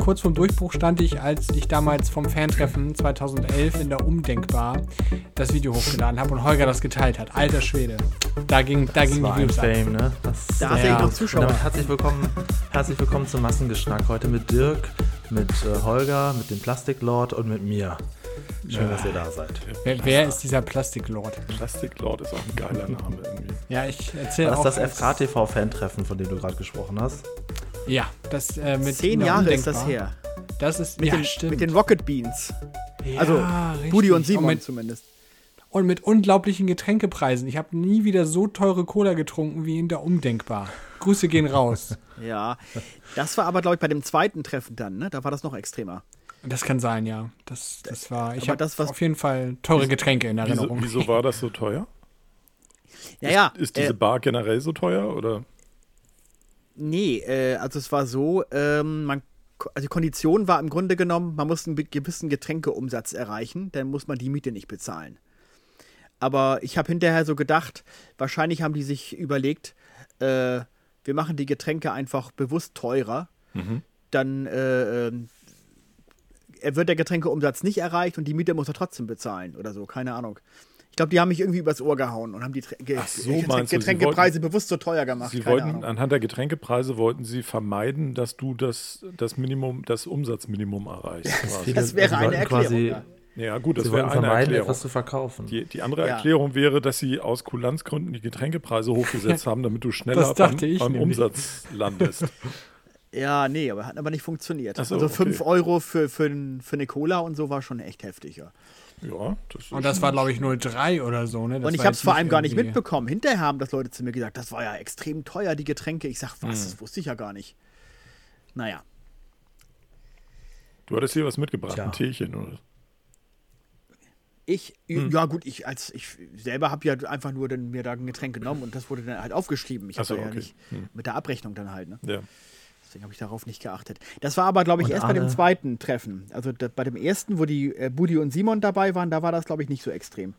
kurz vorm Durchbruch stand ich, als ich damals vom Fantreffen 2011 in der Umdenkbar das Video hochgeladen habe und Holger das geteilt hat. Alter Schwede. Da ging die Views ab. Fame, ne? Da hatte ich noch Zuschauer. Damit herzlich willkommen zum Massengeschnack. Heute mit Dirk, mit Holger, mit dem Plastiklord und mit mir. Schön, dass ihr da seid. Wer ist dieser Plastiklord? Plastiklord ist auch ein geiler Name irgendwie. Ja, ich erzähle auch. Das ist das FKTV-Fan-Treffen, von dem du gerade gesprochen hast? Ja, das mit 10 Jahre ist das her. Das ist, stimmt. Mit den Rocket Beans. Ja, also, richtig. Budi und Simon zumindest. Und mit unglaublichen Getränkepreisen. Ich habe nie wieder so teure Cola getrunken wie in der Umdenkbar. Grüße gehen raus. Ja, das war aber, glaube ich, bei dem zweiten Treffen dann, ne? Da war das noch extremer. Das kann sein, ja. Das war. Ich habe auf jeden Fall teure Getränke in Erinnerung. Wieso war das so teuer? Ist diese Bar generell so teuer, oder? Nee, also es war so, die Kondition war im Grunde genommen, man muss einen gewissen Getränkeumsatz erreichen, dann muss man die Miete nicht bezahlen. Aber ich habe hinterher so gedacht, wahrscheinlich haben die sich überlegt, wir machen die Getränke einfach bewusst teurer, dann wird der Getränkeumsatz nicht erreicht und die Miete muss er trotzdem bezahlen oder so, keine Ahnung. Ich glaube, die haben mich irgendwie übers Ohr gehauen und haben die Getränkepreise bewusst so teuer gemacht. Sie wollten, anhand der Getränkepreise wollten sie vermeiden, dass du das Umsatzminimum erreichst. Das wäre eine Erklärung. Ja gut, das sie wäre wollten eine vermeiden, Erklärung. etwas zu verkaufen. Die andere Erklärung wäre, dass sie aus Kulanzgründen die Getränkepreise hochgesetzt haben, damit du schneller beim Umsatz landest. Ja, nee, hat aber nicht funktioniert. So, also 5 Euro für eine Cola und so war schon echt heftig, ja. Ja, und das war, glaube ich, 0,3 oder so, ne? Und ich habe es vor allem gar nicht mitbekommen. Hinterher haben das Leute zu mir gesagt, das war ja extrem teuer, die Getränke. Ich sag, was? Das wusste ich ja gar nicht. Naja. Du hattest hier was mitgebracht, ein Teechen, oder? Ja gut, ich selber habe ja einfach nur mir da ein Getränk genommen und das wurde dann halt aufgeschrieben. Ich habe ja nicht mit der Abrechnung dann halt, ne? Ja. Deswegen habe ich darauf nicht geachtet. Das war aber, glaube ich, erst bei dem zweiten Treffen. Also bei dem ersten, wo die Budi und Simon dabei waren, da war das, glaube ich, nicht so extrem.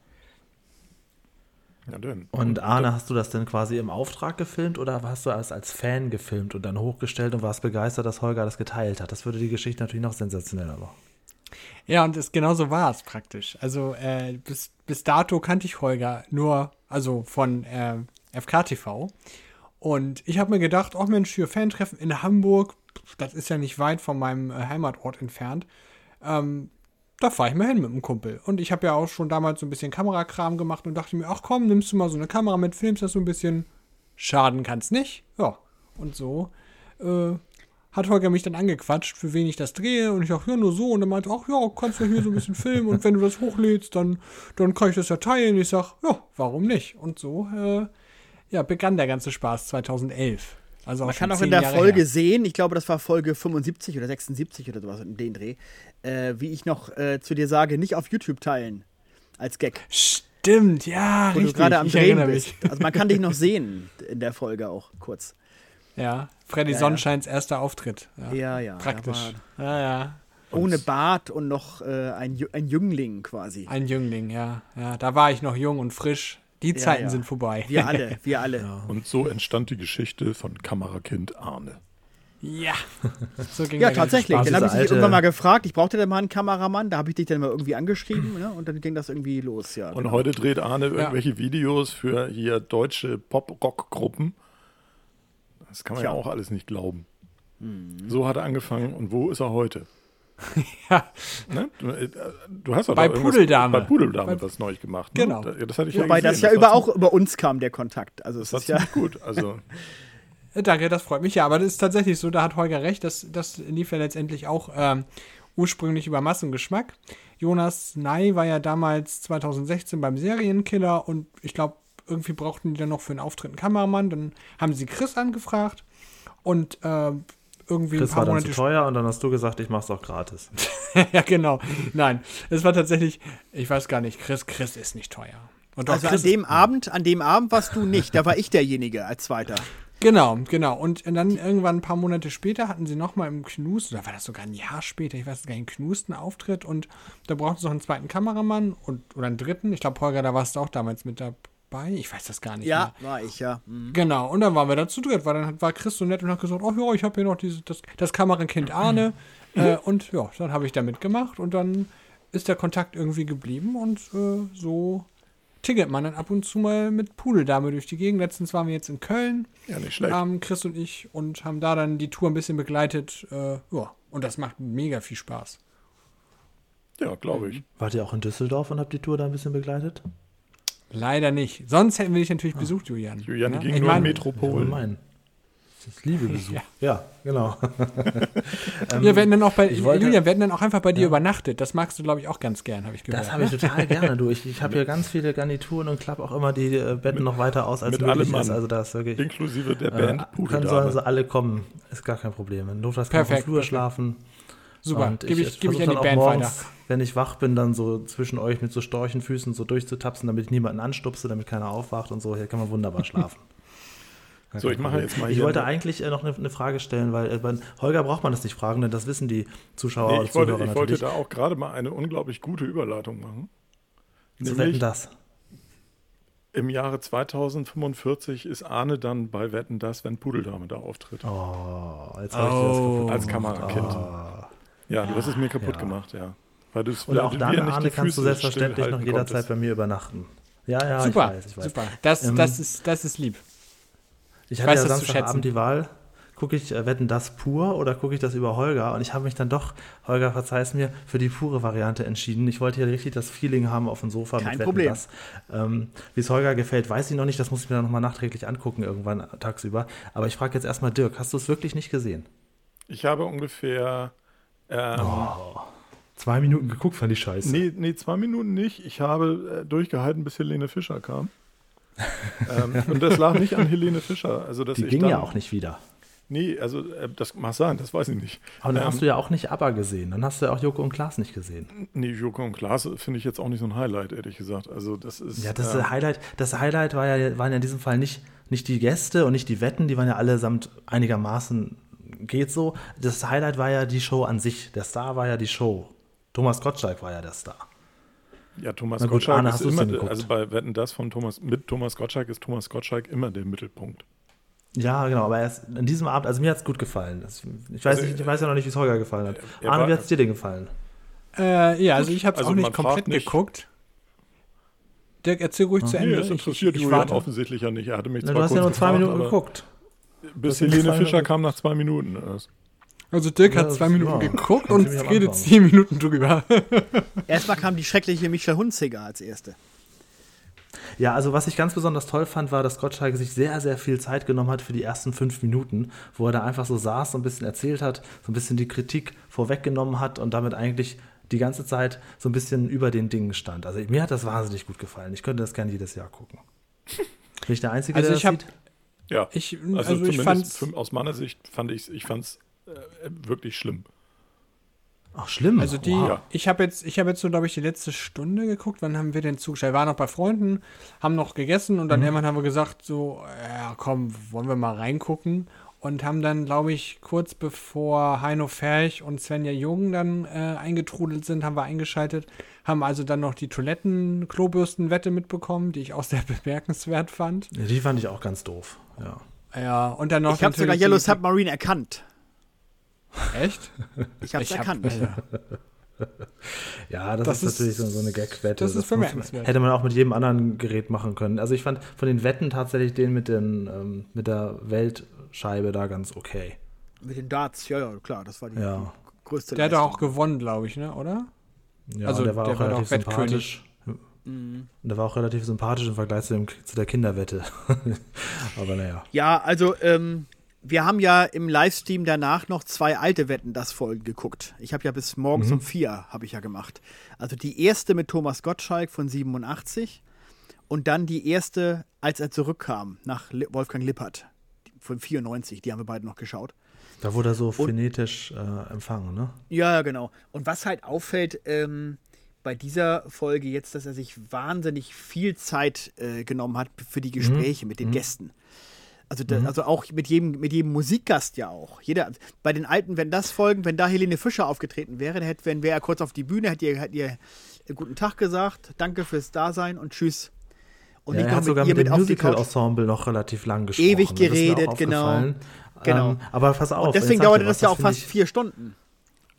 Ja, denn. Und Arne, hast du das denn quasi im Auftrag gefilmt oder hast du das als Fan gefilmt und dann hochgestellt und warst begeistert, dass Holger das geteilt hat? Das würde die Geschichte natürlich noch sensationeller machen. Ja, und genauso war es praktisch. Also bis dato kannte ich Holger nur, also von FKTV. Und ich habe mir gedacht, oh Mensch, hier Fantreffen in Hamburg, das ist ja nicht weit von meinem Heimatort entfernt. Da fahre ich mal hin mit einem Kumpel. Und ich habe ja auch schon damals so ein bisschen Kamerakram gemacht und dachte mir, ach komm, nimmst du mal so eine Kamera mit, filmst das so ein bisschen. Schaden kann's nicht. Ja, und so hat Holger mich dann angequatscht, für wen ich das drehe. Und ich dachte, ja, nur so. Und er meinte, ach ja, kannst du hier so ein bisschen filmen. Und wenn du das hochlädst, dann kann ich das ja teilen. Ich sag, ja, warum nicht? Und so begann der ganze Spaß 2011. Also man kann auch in der Folge sehen, ich glaube, das war Folge 75 oder 76 oder sowas in den Dreh, wie ich noch zu dir sage, nicht auf YouTube teilen als Gag. Stimmt, ja, richtig. Wo du gerade am Drehen bist. Also man kann dich noch sehen in der Folge auch kurz. Ja, Freddy Sonnenscheins erster Auftritt. Ja. Praktisch. Ja. Ohne Bart und noch ein Jüngling quasi. Ein Jüngling, ja. Da war ich noch jung und frisch. Die Zeiten sind vorbei. Wir alle. Ja. Und so entstand die Geschichte von Kamerakind Arne. Ja, so ging tatsächlich. Dann habe ich dich irgendwann mal gefragt, ich brauchte dann mal einen Kameramann, da habe ich dich dann mal irgendwie angeschrieben, ne? Und dann ging das irgendwie los. Ja, und heute dreht Arne irgendwelche Videos für hier deutsche Pop-Rock-Gruppen. Das kann man ja auch alles nicht glauben. So hat er angefangen und wo ist er heute? Ja. Ne? Du hast doch bei Pudeldame was Neues gemacht. Ne? Genau. Das hatte ich Wobei gesehen. das ja auch über uns kam, der Kontakt. Also das ist ja gut. Also danke, das freut mich. Ja, aber das ist tatsächlich so, da hat Holger recht. Das lief ja letztendlich auch ursprünglich über Massengeschmack. Jonas Ney war ja damals 2016 beim Serienkiller und ich glaube, irgendwie brauchten die dann noch für einen Auftritt einen Kameramann. Dann haben sie Chris angefragt und irgendwie Chris war dann zu teuer und dann hast du gesagt, ich mach's auch gratis. Ja, genau. Nein, es war tatsächlich, ich weiß gar nicht, Chris ist nicht teuer. Und also an dem Abend warst du nicht, da war ich derjenige als Zweiter. Genau. Und dann irgendwann ein paar Monate später hatten sie nochmal im Knust, oder war das sogar ein Jahr später, ich weiß gar nicht, einen Knust einen Auftritt und da brauchten sie noch einen zweiten Kameramann oder einen dritten. Ich glaube, Holger, da warst du auch damals mit dabei. Ich weiß das gar nicht mehr. Ja, war ich, ja. Genau, und dann waren wir da zu dritt, weil dann war Chris so nett und hat gesagt, oh ja, ich habe hier noch das Kamerakind Arne, Und ja, dann habe ich da mitgemacht und dann ist der Kontakt irgendwie geblieben und so tiggert man dann ab und zu mal mit Pudeldame durch die Gegend. Letztens waren wir jetzt in Köln, Ja, nicht schlecht. Chris und ich, und haben da dann die Tour ein bisschen begleitet. Und das macht mega viel Spaß. Ja, glaube ich. Wart ihr auch in Düsseldorf und habt die Tour da ein bisschen begleitet? Leider nicht. Sonst hätten wir dich natürlich besucht, Julian. Julian Ja? ging Ich nur in mein- Metropol. Mein. Ich liebe Besuch. Ja, genau. Ja, wir werden dann auch ich wollte- Julian, wir werden dann auch einfach bei dir übernachtet. Das magst du, glaube ich, auch ganz gern, habe ich gehört. Das habe ich total gerne, du. Ich habe hier ganz viele Garnituren und klappe auch immer die Betten noch weiter aus, als mit möglich allem ist. An. Also das ist wirklich... Inklusive der Band sollen Pudeldame. sie alle kommen, ist gar kein Problem. Wenn notfalls kann man auf dem Perfekt, Flur perfekt. schlafen. Super, Und gebe ich versuch an die dann auch Band morgens, weiter. wenn ich wach bin, dann so zwischen euch mit so Storchenfüßen so durchzutapsen, damit ich niemanden anstupse, damit keiner aufwacht und so. Hier kann man wunderbar schlafen. Gar So, kein ich mache Problem. jetzt mal Ich hier wollte eine- eigentlich noch eine Frage stellen, weil bei Holger braucht man das nicht fragen, denn das wissen die Zuschauer Nee, und ich wollte Zuhörer natürlich. da auch gerade mal eine unglaublich gute Überleitung machen. Zu Wetten, Nämlich das. im Jahre 2045 ist Arne dann bei Wetten, das, wenn Pudeldame da auftritt. Oh, jetzt habe ich dir das kaputt Als gemacht. Kamerakind. Ja, du hast es mir kaputt Ja. gemacht, ja. Weil Und auch dann, dir nicht Arne, die kannst du Füße selbstverständlich noch stillhalten jederzeit konntest. bei mir übernachten. Ja, Super, ich weiß. super. Das ist lieb. Ich weiß hatte ja das zu schätzen. Samstagabend die Wahl, gucke ich Wetten, das pur oder gucke ich das über Holger? Und ich habe mich dann doch, Holger, verzeih's mir, für die pure Variante entschieden. Ich wollte hier richtig das Feeling haben auf dem Sofa Kein mit Wetten, Problem. das. Wie es Holger gefällt, weiß ich noch nicht. Das muss ich mir dann nochmal nachträglich angucken, irgendwann tagsüber. Aber ich frage jetzt erstmal Dirk, hast du es wirklich nicht gesehen? Ich habe ungefähr 2 Minuten geguckt, fand ich scheiße. Nee, 2 Minuten nicht. Ich habe durchgehalten, bis Helene Fischer kam. Und das lag nicht an Helene Fischer. Also, dass Die ich ging dann, ja auch nicht wieder. Nee, also das mag sein, das weiß ich nicht. Aber dann hast du ja auch nicht ABBA gesehen. Dann hast du ja auch Joko und Klaas nicht gesehen. Nee, Joko und Klaas finde ich jetzt auch nicht so ein Highlight, ehrlich gesagt. Also das ist... Ja, das Highlight waren ja in diesem Fall nicht die Gäste und nicht die Wetten, die waren ja allesamt einigermaßen geht so. Das Highlight war ja die Show an sich. Der Star war ja die Show. Thomas Gottschalk war ja der Star. Ja, Thomas Na gut, Gottschalk Arne, ist hast du's immer, denn geguckt? also bei Wetten, das mit Thomas Gottschalk ist Thomas Gottschalk immer der Mittelpunkt. Ja, genau, aber erst an diesem Abend, also mir hat es gut gefallen. Ich weiß ja noch nicht, wie es Holger gefallen hat. Arne, wie hat es dir denn gefallen? Ja, also ich habe es Also auch man nicht komplett fragt nicht. geguckt. Dirk, erzähl ruhig zu Ende. Nee, das interessiert ich Julian warte. offensichtlich ja nicht. Er hatte mich Na, zwar du hast ja kurz nur 2 gefragt, Minuten aber geguckt. Bis Du hast Helene nur 2 Fischer Minuten- kam nach 2 Minuten erst. Also Dirk Ja, hat 2 Minuten ja, geguckt ziemlich und am redet Anfang. 10 Minuten drüber. Erstmal kam die schreckliche Michelle Hunziker als erste. Ja, also was ich ganz besonders toll fand, war, dass Gottschalk sich sehr, sehr viel Zeit genommen hat für die ersten 5 Minuten, wo er da einfach so saß, so ein bisschen erzählt hat, so ein bisschen die Kritik vorweggenommen hat und damit eigentlich die ganze Zeit so ein bisschen über den Dingen stand. Also mir hat das wahnsinnig gut gefallen. Ich könnte das gerne jedes Jahr gucken. Bin ich der Einzige, Also der ich das hab- sieht? Ja, Ich zumindest fand's. aus meiner Sicht fand ich es wirklich schlimm. Ach, schlimm. Also Ja. ich habe jetzt so, glaube ich, die letzte Stunde geguckt. Wann haben wir denn zugeschaut? Wir waren noch bei Freunden, haben noch gegessen und dann irgendwann haben wir gesagt, so, ja komm, wollen wir mal reingucken. Und haben dann, glaube ich, kurz bevor Heino Ferch und Svenja Jung dann eingetrudelt sind, haben wir eingeschaltet, haben also dann noch die Toiletten-Klobürsten-Wette mitbekommen, die ich auch sehr bemerkenswert fand. Ja, die fand ich auch ganz doof. Ja. Ja, und dann noch Ich habe sogar natürlich Yellow die- Submarine erkannt. Echt? Ich habe es erkannt. Ja, das Das ist natürlich ist- so eine Gag-Wette. das ist bemerkenswert. Hätte man auch mit jedem anderen Gerät machen können. Also ich fand von den Wetten tatsächlich den mit der Weltscheibe da ganz okay. Mit den Darts, ja, klar, das war die Ja. größte Der hat doch auch Leistung. gewonnen, glaube ich, ne? Oder? Ja, Also, der war der auch war relativ doch Wettkönig. sympathisch. Und der war auch relativ sympathisch im Vergleich zu der Kinderwette. Aber naja. Ja, also wir haben ja im Livestream danach noch 2 alte Wetten, das Folgen geguckt. Ich habe ja bis morgens um 4 habe ich ja gemacht. Also die erste mit Thomas Gottschalk von 87 und dann die erste, als er zurückkam nach Wolfgang Lippert von 94. Die haben wir beide noch geschaut. Da wurde er so phonetisch empfangen, ne? Ja, genau. Und was halt auffällt bei dieser Folge jetzt, dass er sich wahnsinnig viel Zeit genommen hat für die Gespräche mit den Gästen. Also, also auch mit jedem Musikgast ja auch. Bei den alten, wenn da Helene Fischer aufgetreten wäre, dann wäre er kurz auf die Bühne, hätte ihr guten Tag gesagt, danke fürs Dasein und tschüss. Und Ja, nicht er noch hat sogar ihr mit dem auf die Couch. Musical-Ensemble noch relativ lang gesprochen. Ewig Das ist mir auch geredet, genau. aufgefallen. Genau. Aber pass auf. Und deswegen ich sag dir dauerte was, das ja auch finde fast ich- 4 Stunden.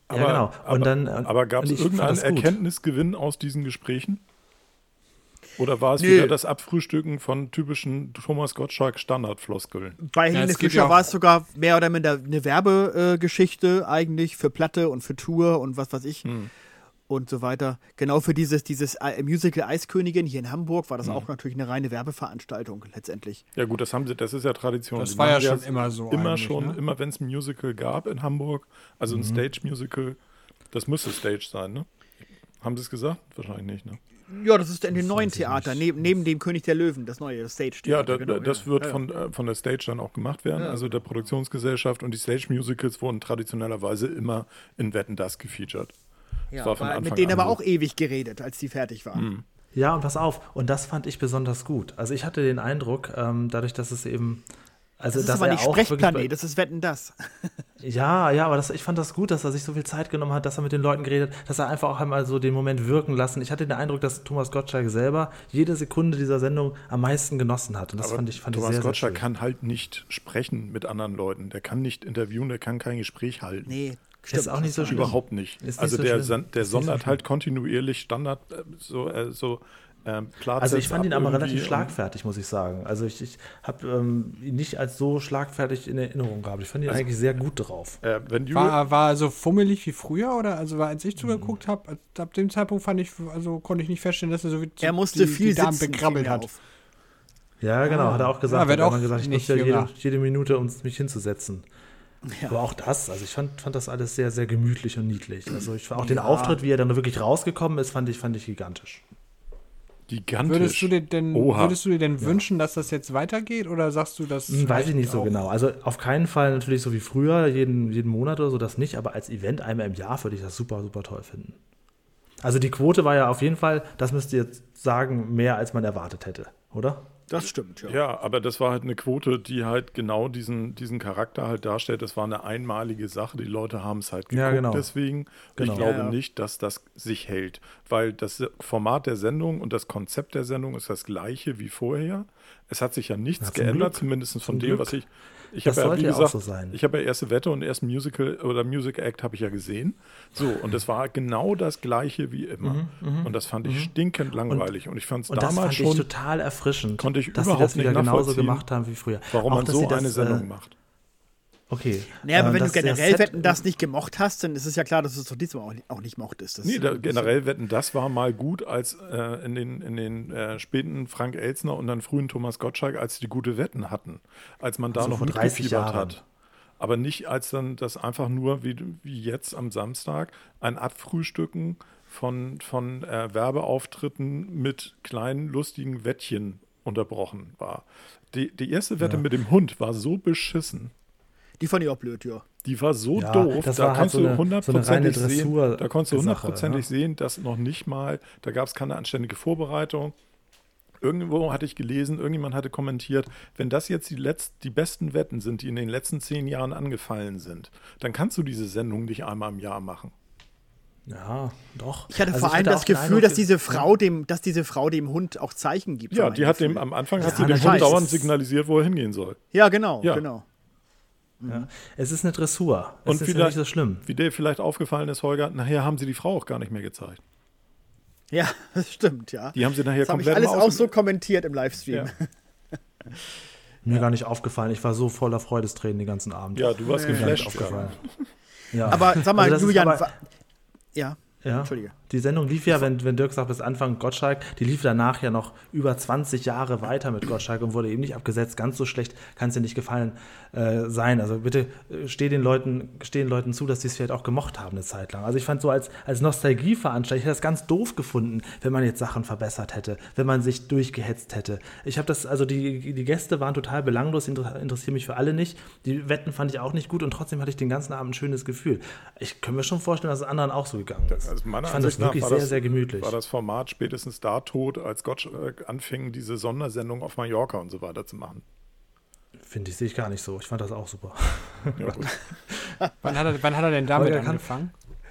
genau. Aber gab es und ich irgendeinen fand das gut. Erkenntnisgewinn aus diesen Gesprächen? Oder war es Nee. wieder das Abfrühstücken von typischen Thomas Gottschalk Standardfloskeln? Bei Ja, Helene es geht Fischer ja war es sogar mehr oder minder eine Werbegeschichte eigentlich für Platte und für Tour und was weiß ich und so weiter. Genau für dieses Musical Eiskönigin hier in Hamburg war das auch natürlich eine reine Werbeveranstaltung letztendlich. Ja gut, das ist ja Tradition. Das Die war ja machen schon immer so eigentlich, ne? Immer wenn es ein Musical gab in Hamburg, also ein Stage-Musical, das müsste Stage sein, ne? Haben Sie es gesagt? Wahrscheinlich nicht, ne? Ja, das ist in den neuen Theater, neben dem König der Löwen, das neue Ja, Stage-Theater. genau. das wird von der Stage dann auch gemacht werden, also der Produktionsgesellschaft, und die Stage-Musicals wurden traditionellerweise immer in Wetten, das gefeatured. Ja, war von war Anfang mit denen an aber so. auch ewig geredet, als die fertig waren. Ja, und pass auf, und das fand ich besonders gut. Also ich hatte den Eindruck, dadurch, dass es eben, also Das ist dass aber er nicht auch Sprechplanet, das ist Wetten, das. Ja, aber ich fand das gut, dass er sich so viel Zeit genommen hat, dass er mit den Leuten geredet hat, dass er einfach auch einmal so den Moment wirken lassen. Ich hatte den Eindruck, dass Thomas Gottschalk selber jede Sekunde dieser Sendung am meisten genossen hat. Und das fand ich Thomas sehr, Gottschalk sehr schön. kann halt nicht sprechen mit anderen Leuten. Der kann nicht interviewen, der kann kein Gespräch halten. Nee, Ist auch nicht so schlimm. Überhaupt nicht. Ist nicht Also so der schlimm. der Ist nicht sondert so schlimm. halt kontinuierlich Standard Klartext Also ich fand ihn ab aber irgendwie relativ schlagfertig, muss ich sagen. Also ich habe ihn nicht als so schlagfertig in Erinnerung gehabt. Ich fand ihn eigentlich sehr gut drauf. wenn du War er so fummelig wie früher oder? Also als ich zugeguckt habe, ab dem Zeitpunkt konnte ich nicht feststellen, dass er so wie er musste viel die Damen sitzen, begrabbelt fiel mir hat. auf. Ja, genau, hat er auch gesagt. Ja, wird Hat auch immer gesagt, ich nicht nutze ja jünger. jede Minute, um mich hinzusetzen. Ja. Aber auch das, also ich fand das alles sehr, sehr gemütlich und niedlich. Also ich auch den Auftritt, wie er dann wirklich rausgekommen ist, fand ich gigantisch. gigantisch. Würdest du dir denn wünschen, dass das jetzt weitergeht oder sagst du, dass Weiß ich nicht so auch- genau. Also auf keinen Fall natürlich so wie früher, jeden Monat oder so, das nicht, aber als Event einmal im Jahr würde ich das super, super toll finden. Also die Quote war ja auf jeden Fall, das müsst ihr jetzt sagen, mehr als man erwartet hätte, oder? Das stimmt, ja. Ja, aber das war halt eine Quote, die halt genau diesen Charakter halt darstellt. Das war eine einmalige Sache. Die Leute haben es halt geguckt Ja, genau. deswegen. Genau. Ich glaube Ja, ja. nicht, dass das sich hält, weil das Format der Sendung und das Konzept der Sendung ist das gleiche wie vorher. Es hat sich ja nichts zum geändert, Glück. zumindest von Zum dem, Glück. was ich Das habe ja, sollte wie ja auch gesagt, so sein. ich habe ja erste Wette und ersten Musical oder Music Act habe ich ja gesehen. So, und es war genau das gleiche wie immer. Und das fand ich stinkend langweilig. Und ich fand es Und das damals fand ich schon, total erfrischend, konnte ich dass sie überhaupt das wieder nicht genauso nachvollziehen, gemacht haben wie früher. warum Auch, man dass so sie das, eine Sendung macht. Okay. Nee, aber wenn du dass der generell Set- Wetten, das nicht gemocht hast, dann ist es ja klar, dass du es doch diesmal auch nicht mochtest. Das Nee, ist- generell Wetten, das war mal gut als in den späten Frank Elstner und dann frühen Thomas Gottschalk, als die gute Wetten hatten. Als man da Also noch vor 30 mitgefiebert Jahren. hat. Aber nicht als dann das einfach nur, wie jetzt am Samstag, ein Abfrühstücken von Werbeauftritten mit kleinen, lustigen Wettchen unterbrochen war. Die erste Wette mit dem Hund war so beschissen. Die fand ich auch blöd, ja. Die war so Ja, doof, das da war halt kannst so du eine reine hundertprozentig sehen, Dressur- da konntest du Sache, hundertprozentig ne? sehen, dass noch nicht mal, da gab es keine anständige Vorbereitung. Irgendwo hatte ich gelesen, irgendjemand hatte kommentiert, wenn das jetzt die besten Wetten sind, die in den letzten 10 Jahren angefallen sind, dann kannst du diese Sendung nicht einmal im Jahr machen. Ja, doch. Ich hatte Also vor allem auch das den Gefühl, Eindruck, dass diese Frau dem Hund auch Zeichen gibt. Ja, war mein die hat Gefühl. dem am Anfang hat Ja, sie dem natürlich. Hund dauernd signalisiert, wo er hingehen soll. Ja, genau, Ja. genau. Ja. Es ist eine Dressur. Es Und ist ja vielleicht- nicht so schlimm. Wie dir vielleicht aufgefallen ist, Holger, nachher haben sie die Frau auch gar nicht mehr gezeigt. Ja, das stimmt, ja. Die haben sie nachher Das habe ich komplett alles mal auch so kommentiert im Livestream. Ja. Mir gar nicht aufgefallen. Ich war so voller Freudestränen den ganzen Abend. Ja, du warst Mir gar nicht geflasht. aufgefallen. Ja. Aber sag mal, Also das ist Julian, aber- ja, Ja. Entschuldige. Die Sendung lief ja, wenn Dirk sagt, bis Anfang Gottschalk, die lief danach ja noch über 20 Jahre weiter mit Gottschalk und wurde eben nicht abgesetzt. Ganz so schlecht kann es dir nicht gefallen sein. Also bitte steh den Leuten zu, dass sie es vielleicht auch gemocht haben eine Zeit lang. Also ich fand so als Nostalgieveranstaltung, ich hätte das ganz doof gefunden, wenn man jetzt Sachen verbessert hätte, wenn man sich durchgehetzt hätte. Ich habe das, also die Gäste waren total belanglos, interessieren mich für alle nicht. Die Wetten fand ich auch nicht gut und trotzdem hatte ich den ganzen Abend ein schönes Gefühl. Ich kann mir schon vorstellen, dass es anderen auch so gegangen ist. Also meiner Ich fand das Ansicht nach wirklich war sehr, das- sehr gemütlich. War das Format spätestens da tot, als Gottschalk anfing, diese Sondersendung auf Mallorca und so weiter zu machen. Sehe ich gar nicht so. Ich fand das auch super. Ja, gut. Wann hat er denn damit Holger kann- angefangen?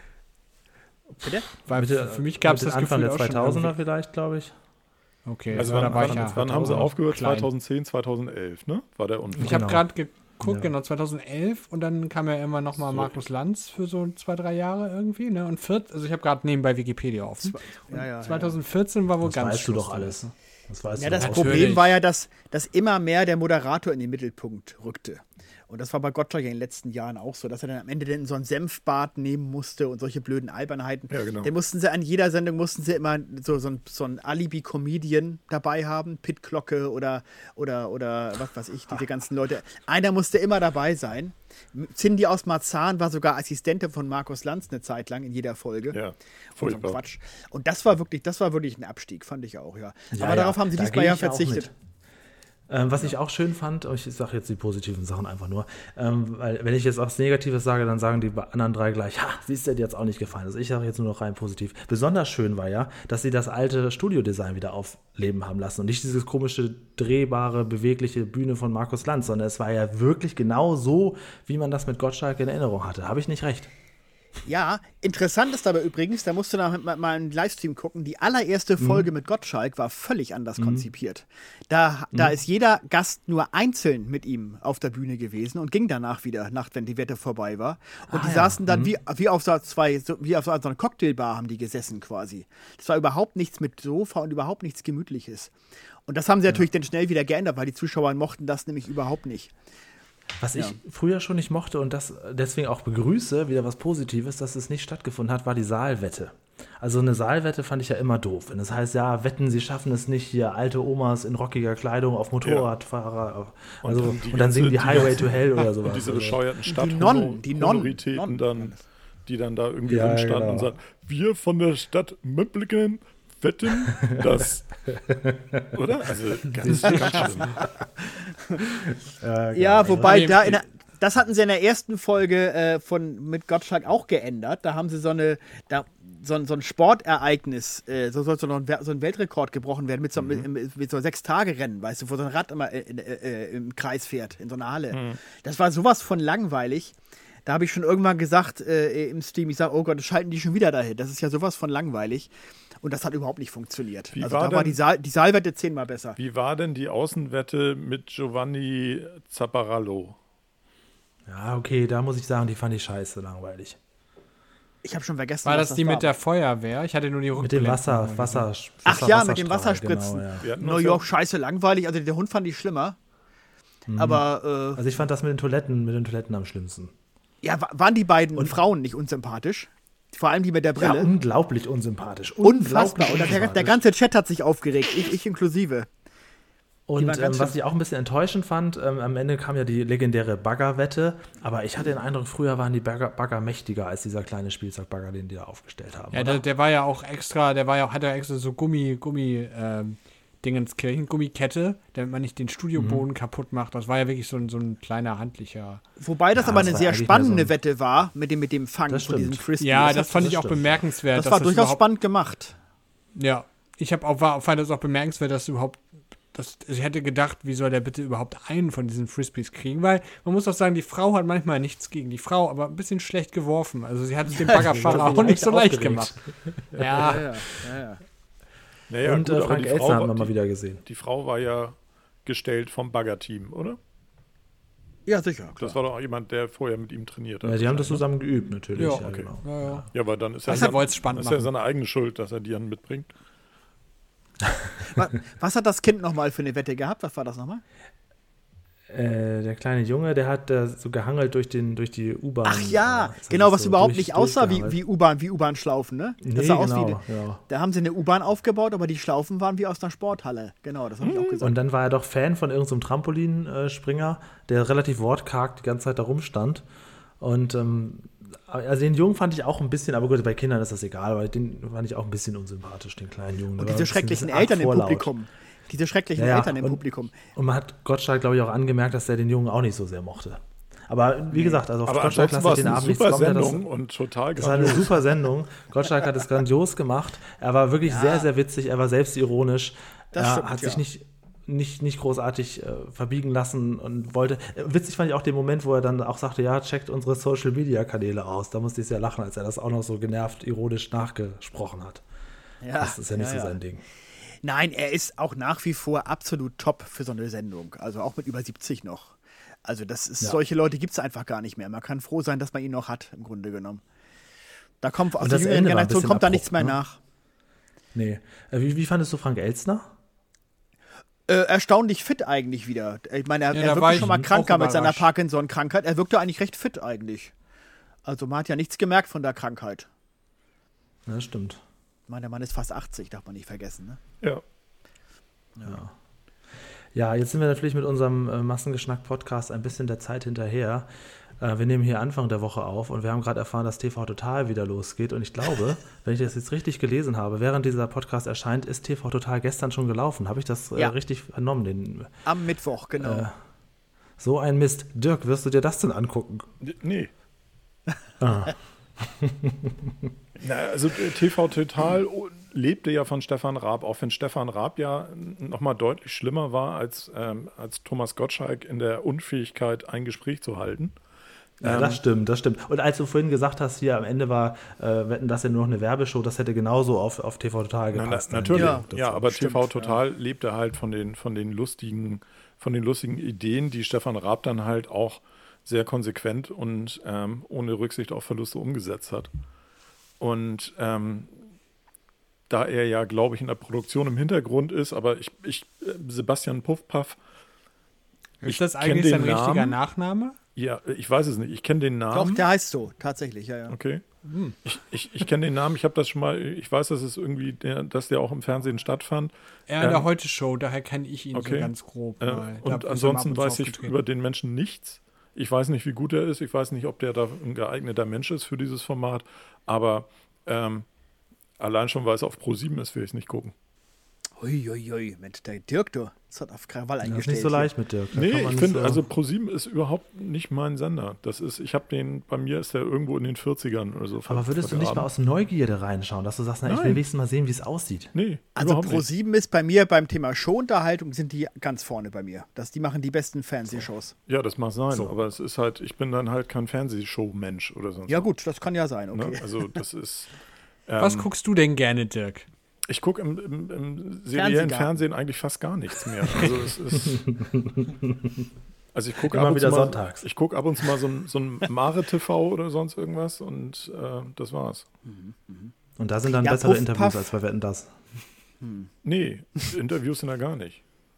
Bitte? Weil für mich gab es das Anfang Gefühl der auch schon 2000er irgendwie- vielleicht, glaube ich. Okay, Also da war wann haben sie auch aufgehört? klein. 2010, 2011, ne? War der Unfall. Ich habe Genau. gerade geguckt, genau, 2011. Und dann kam ja immer noch mal Markus Lanz für so 2-3 Jahre irgendwie, ne? Und also ich habe gerade nebenbei Wikipedia offen. 2014 war wohl Das ganz weißt du Schluss doch alles. Das weißt Ja, du das doch. Problem war ja, dass immer mehr der Moderator in den Mittelpunkt rückte. Und das war bei Gottschalk in den letzten Jahren auch so, dass er dann am Ende so ein Senfbad nehmen musste und solche blöden Albernheiten. Ja, genau. Dann mussten sie an jeder Sendung immer so ein Alibi-Comedian dabei haben, Pit Glocke oder was weiß ich, diese ganzen Leute. Einer musste immer dabei sein. Cindy aus Marzahn war sogar Assistentin von Markus Lanz eine Zeit lang in jeder Folge. Ja, und so furchtbar. Quatsch. Und das war wirklich ein Abstieg, fand ich auch, ja. Ja, Aber darauf haben sie da diesmal gehe ja ich auch verzichtet. mit. Was ich auch schön fand, ich sage jetzt die positiven Sachen einfach nur, weil wenn ich jetzt was Negatives sage, dann sagen die anderen drei gleich, siehst du, dir jetzt auch nicht gefallen. Also ich sage jetzt nur noch rein positiv. Besonders schön war ja, dass sie das alte Studiodesign wieder aufleben haben lassen und nicht dieses komische, drehbare, bewegliche Bühne von Markus Lanz, sondern es war ja wirklich genau so, wie man das mit Gottschalk in Erinnerung hatte. Habe ich nicht recht? Ja, interessant ist aber übrigens, da musst du mal einen Livestream gucken, die allererste Folge mit Gottschalk war völlig anders konzipiert. Da ist jeder Gast nur einzeln mit ihm auf der Bühne gewesen und ging danach wieder, wenn die Wette vorbei war. Und die saßen dann wie auf so einer Cocktailbar haben die gesessen quasi. Das war überhaupt nichts mit Sofa und überhaupt nichts Gemütliches. Und das haben sie natürlich dann schnell wieder geändert, weil die Zuschauer mochten das nämlich überhaupt nicht. Was ich früher schon nicht mochte und das deswegen auch begrüße, wieder was Positives, dass es nicht stattgefunden hat, war die Saalwette. Also eine Saalwette fand ich ja immer doof. Wenn das heißt, ja, wetten, sie schaffen es nicht, hier alte Omas in rockiger Kleidung auf Motorradfahrer, und dann singen die Highway to Hell oder sowas. Und diese bescheuerten Die Nonnen. die dann da irgendwie rumstanden und sagten, wir von der Stadt Möblingen wetten, dass... Oder? Also ganz schlimm. Ja, wobei das hatten sie in der ersten Folge mit Gottschalk auch geändert. Da haben sie so ein Sportereignis, so ein Weltrekord gebrochen werden mit so 6-Tage-Rennen, weißt du, wo so ein Rad immer im Kreis fährt, in so einer Halle. Das war sowas von langweilig. Da habe ich schon irgendwann gesagt im Stream, ich sage, oh Gott, schalten die schon wieder dahin. Das ist ja sowas von langweilig. Und das hat überhaupt nicht funktioniert. Da war die Saalwette 10-mal besser. Wie war denn die Außenwette mit Giovanni Zapparallo? Ja, okay, da muss ich sagen, die fand ich scheiße langweilig. Ich habe schon vergessen, war das die mit der Feuerwehr? Ich hatte nur die Rückblende. Mit dem Wasser. Ach ja, mit dem Wasserspritzen. Genau, ja. New York, scheiße langweilig. Also der Hund fand ich schlimmer. Aber also ich fand das mit den Toiletten am schlimmsten. Ja, waren die beiden Frauen nicht unsympathisch? Vor allem die mit der Brille. Ja, unglaublich unsympathisch. Unfassbar. Und der ganze Chat hat sich aufgeregt, ich inklusive. Und was ich auch ein bisschen enttäuschend fand, am Ende kam ja die legendäre Baggerwette, aber ich hatte den Eindruck, früher waren die Bagger mächtiger als dieser kleine Spielzeugbagger, den die da aufgestellt haben. Ja, der war ja auch extra, hat ja extra so Dingenskirchen, Gummikette, damit man nicht den Studioboden kaputt macht. Das war ja wirklich so ein kleiner handlicher. Wobei das aber eine sehr spannende Wette war, mit dem Fang von diesem Frisbee. Ja, das fand ich auch bemerkenswert. Das war durchaus spannend gemacht. Ja, fand das auch bemerkenswert, dass überhaupt, ich hätte gedacht, wie soll der bitte überhaupt einen von diesen Frisbees kriegen? Weil man muss auch sagen, die Frau hat manchmal nichts gegen die Frau, aber ein bisschen schlecht geworfen. Also sie hat es dem Baggerfahrer auch nicht so leicht gemacht. Ja. Naja, und gut, Frank Elstner haben wir mal wieder gesehen. Die Frau war ja gestellt vom Bagger-Team, oder? Ja, sicher. Klar. Das war doch jemand, der vorher mit ihm trainiert hat. Ja, die haben das zusammen geübt, natürlich. Ja, okay. Genau. Ja, aber dann ist er seine eigene Schuld, dass er die dann mitbringt. Was hat das Kind nochmal für eine Wette gehabt? Was war das nochmal? Der kleine Junge, der hat so gehangelt durch die U-Bahn. Ach ja, genau, was so überhaupt nicht aussah wie U-Bahn-Schlaufen, ne? Das sah aus Da haben sie eine U-Bahn aufgebaut, aber die Schlaufen waren wie aus einer Sporthalle. Genau, das habe ich auch gesagt. Und dann war er doch Fan von irgendeinem Trampolinspringer, der relativ wortkarg die ganze Zeit da rumstand. Und also den Jungen fand ich auch ein bisschen, aber gut, bei Kindern ist das egal, aber den fand ich auch ein bisschen unsympathisch, den kleinen Jungen. Und diese schrecklichen Eltern im Publikum. Diese schrecklichen Eltern im Publikum. Und man hat Gottschalk, glaube ich, auch angemerkt, dass er den Jungen auch nicht so sehr mochte. Aber wie gesagt, also auf Gottschalk lasse ich den Abend nichts kommen. Und total das war eine super Sendung. Gottschalk hat es grandios gemacht. Er war wirklich sehr, sehr witzig. Er war selbstironisch. Er hat sich nicht großartig verbiegen lassen und wollte. Witzig fand ich auch den Moment, wo er dann auch sagte, ja, checkt unsere Social-Media-Kanäle aus. Da musste ich sehr lachen, als er das auch noch so genervt, ironisch nachgesprochen hat. Ja, das ist ja nicht so sein Ding. Nein, er ist auch nach wie vor absolut top für so eine Sendung. Also auch mit über 70 noch. Also Ja. solche Leute gibt es einfach gar nicht mehr. Man kann froh sein, dass man ihn noch hat, im Grunde genommen. Da kommt aus Und der das jüngeren Ende war ein Generation bisschen kommt da nichts abrupt, mehr ne? nach. Nee. Wie fandest du Frank Elstner? Erstaunlich fit eigentlich wieder. Ich meine, er da war wirkte ich schon mal auch kranker mit seiner überrascht. Parkinson-Krankheit. Er wirkte eigentlich recht fit eigentlich. Also man hat ja nichts gemerkt von der Krankheit. Ja, das stimmt. Ich meine, der Mann ist fast 80, darf man nicht vergessen. Ne? Ja. Ja, jetzt sind wir natürlich mit unserem Massengeschnack-Podcast ein bisschen der Zeit hinterher. Wir nehmen hier Anfang der Woche auf und wir haben gerade erfahren, dass TV Total wieder losgeht. Und ich glaube, wenn ich das jetzt richtig gelesen habe, während dieser Podcast erscheint, ist TV Total gestern schon gelaufen. Habe ich das Ja. richtig vernommen? Am Mittwoch, genau. So ein Mist. Dirk, wirst du dir das denn angucken? Nee. Na, also TV Total lebte ja von Stefan Raab, auch wenn Stefan Raab ja nochmal deutlich schlimmer war als Thomas Gottschalk in der Unfähigkeit, ein Gespräch zu halten. Ja, das stimmt. Und als du vorhin gesagt hast, hier am Ende war Wetten, das ja nur noch eine Werbeshow, das hätte genauso auf TV Total gepasst. Natürlich, Ja, aber stimmt, TV Total lebte halt von den lustigen Ideen, die Stefan Raab dann halt auch sehr konsequent und ohne Rücksicht auf Verluste umgesetzt hat. Und da er ja, glaube ich, in der Produktion im Hintergrund ist, aber Sebastian Puffpaff, Ist das kenn eigentlich sein den richtiger Namen. Nachname? Ja, ich weiß es nicht, ich kenne den Doch, Namen. der heißt so, tatsächlich, ja. Okay. Ich kenne den Namen, ich habe das schon mal, ich weiß, dass es irgendwie, dass der auch im Fernsehen stattfand. In der Heute-Show, daher kenne ich ihn Okay. so ganz grob. Mal. Da ist er Und mal ansonsten ab und zu weiß ich aufgetreten. über den Menschen nichts. Ich weiß nicht, wie gut er ist. Ich weiß nicht, ob der da ein geeigneter Mensch ist für dieses Format. Aber allein schon, weil es auf Pro7 ist, will ich es nicht gucken. Uiuiui, Mensch, der Dirk, du, das hat auf Krawall Das eingestellt. ist nicht so hier. leicht mit Dirk. Da Nee, kann man ich nicht finde, so- also Pro7 ist überhaupt nicht mein Sender. Bei mir ist der irgendwo in den 40ern oder so. Aber würdest du nicht mal vergraben. aus Neugierde reinschauen, dass du sagst, na, ich will Nein. wenigstens mal sehen, wie es aussieht? Nee, Also überhaupt nicht. Pro7 ist bei mir beim Thema Showunterhaltung, sind die ganz vorne bei mir. Die machen die besten Fernsehshows. Ja, das mag sein, So. aber es ist halt, ich bin dann halt kein Fernsehshow-Mensch oder sonst Ja was, gut, das kann ja sein, ne? okay. Also das ist. Was guckst du denn gerne, Dirk? Ich gucke im seriellen Fernsehgarten. Fernsehen eigentlich fast gar nichts mehr. Also es ist. Also ich gucke Immer ab und wieder zu mal, sonntags. ich gucke ab und zu mal so ein Mare TV oder sonst irgendwas und das war's. Und da sind dann Ja, bessere Puff, Interviews Puff. als bei Wetten, das. Nee, Interviews sind da gar nicht.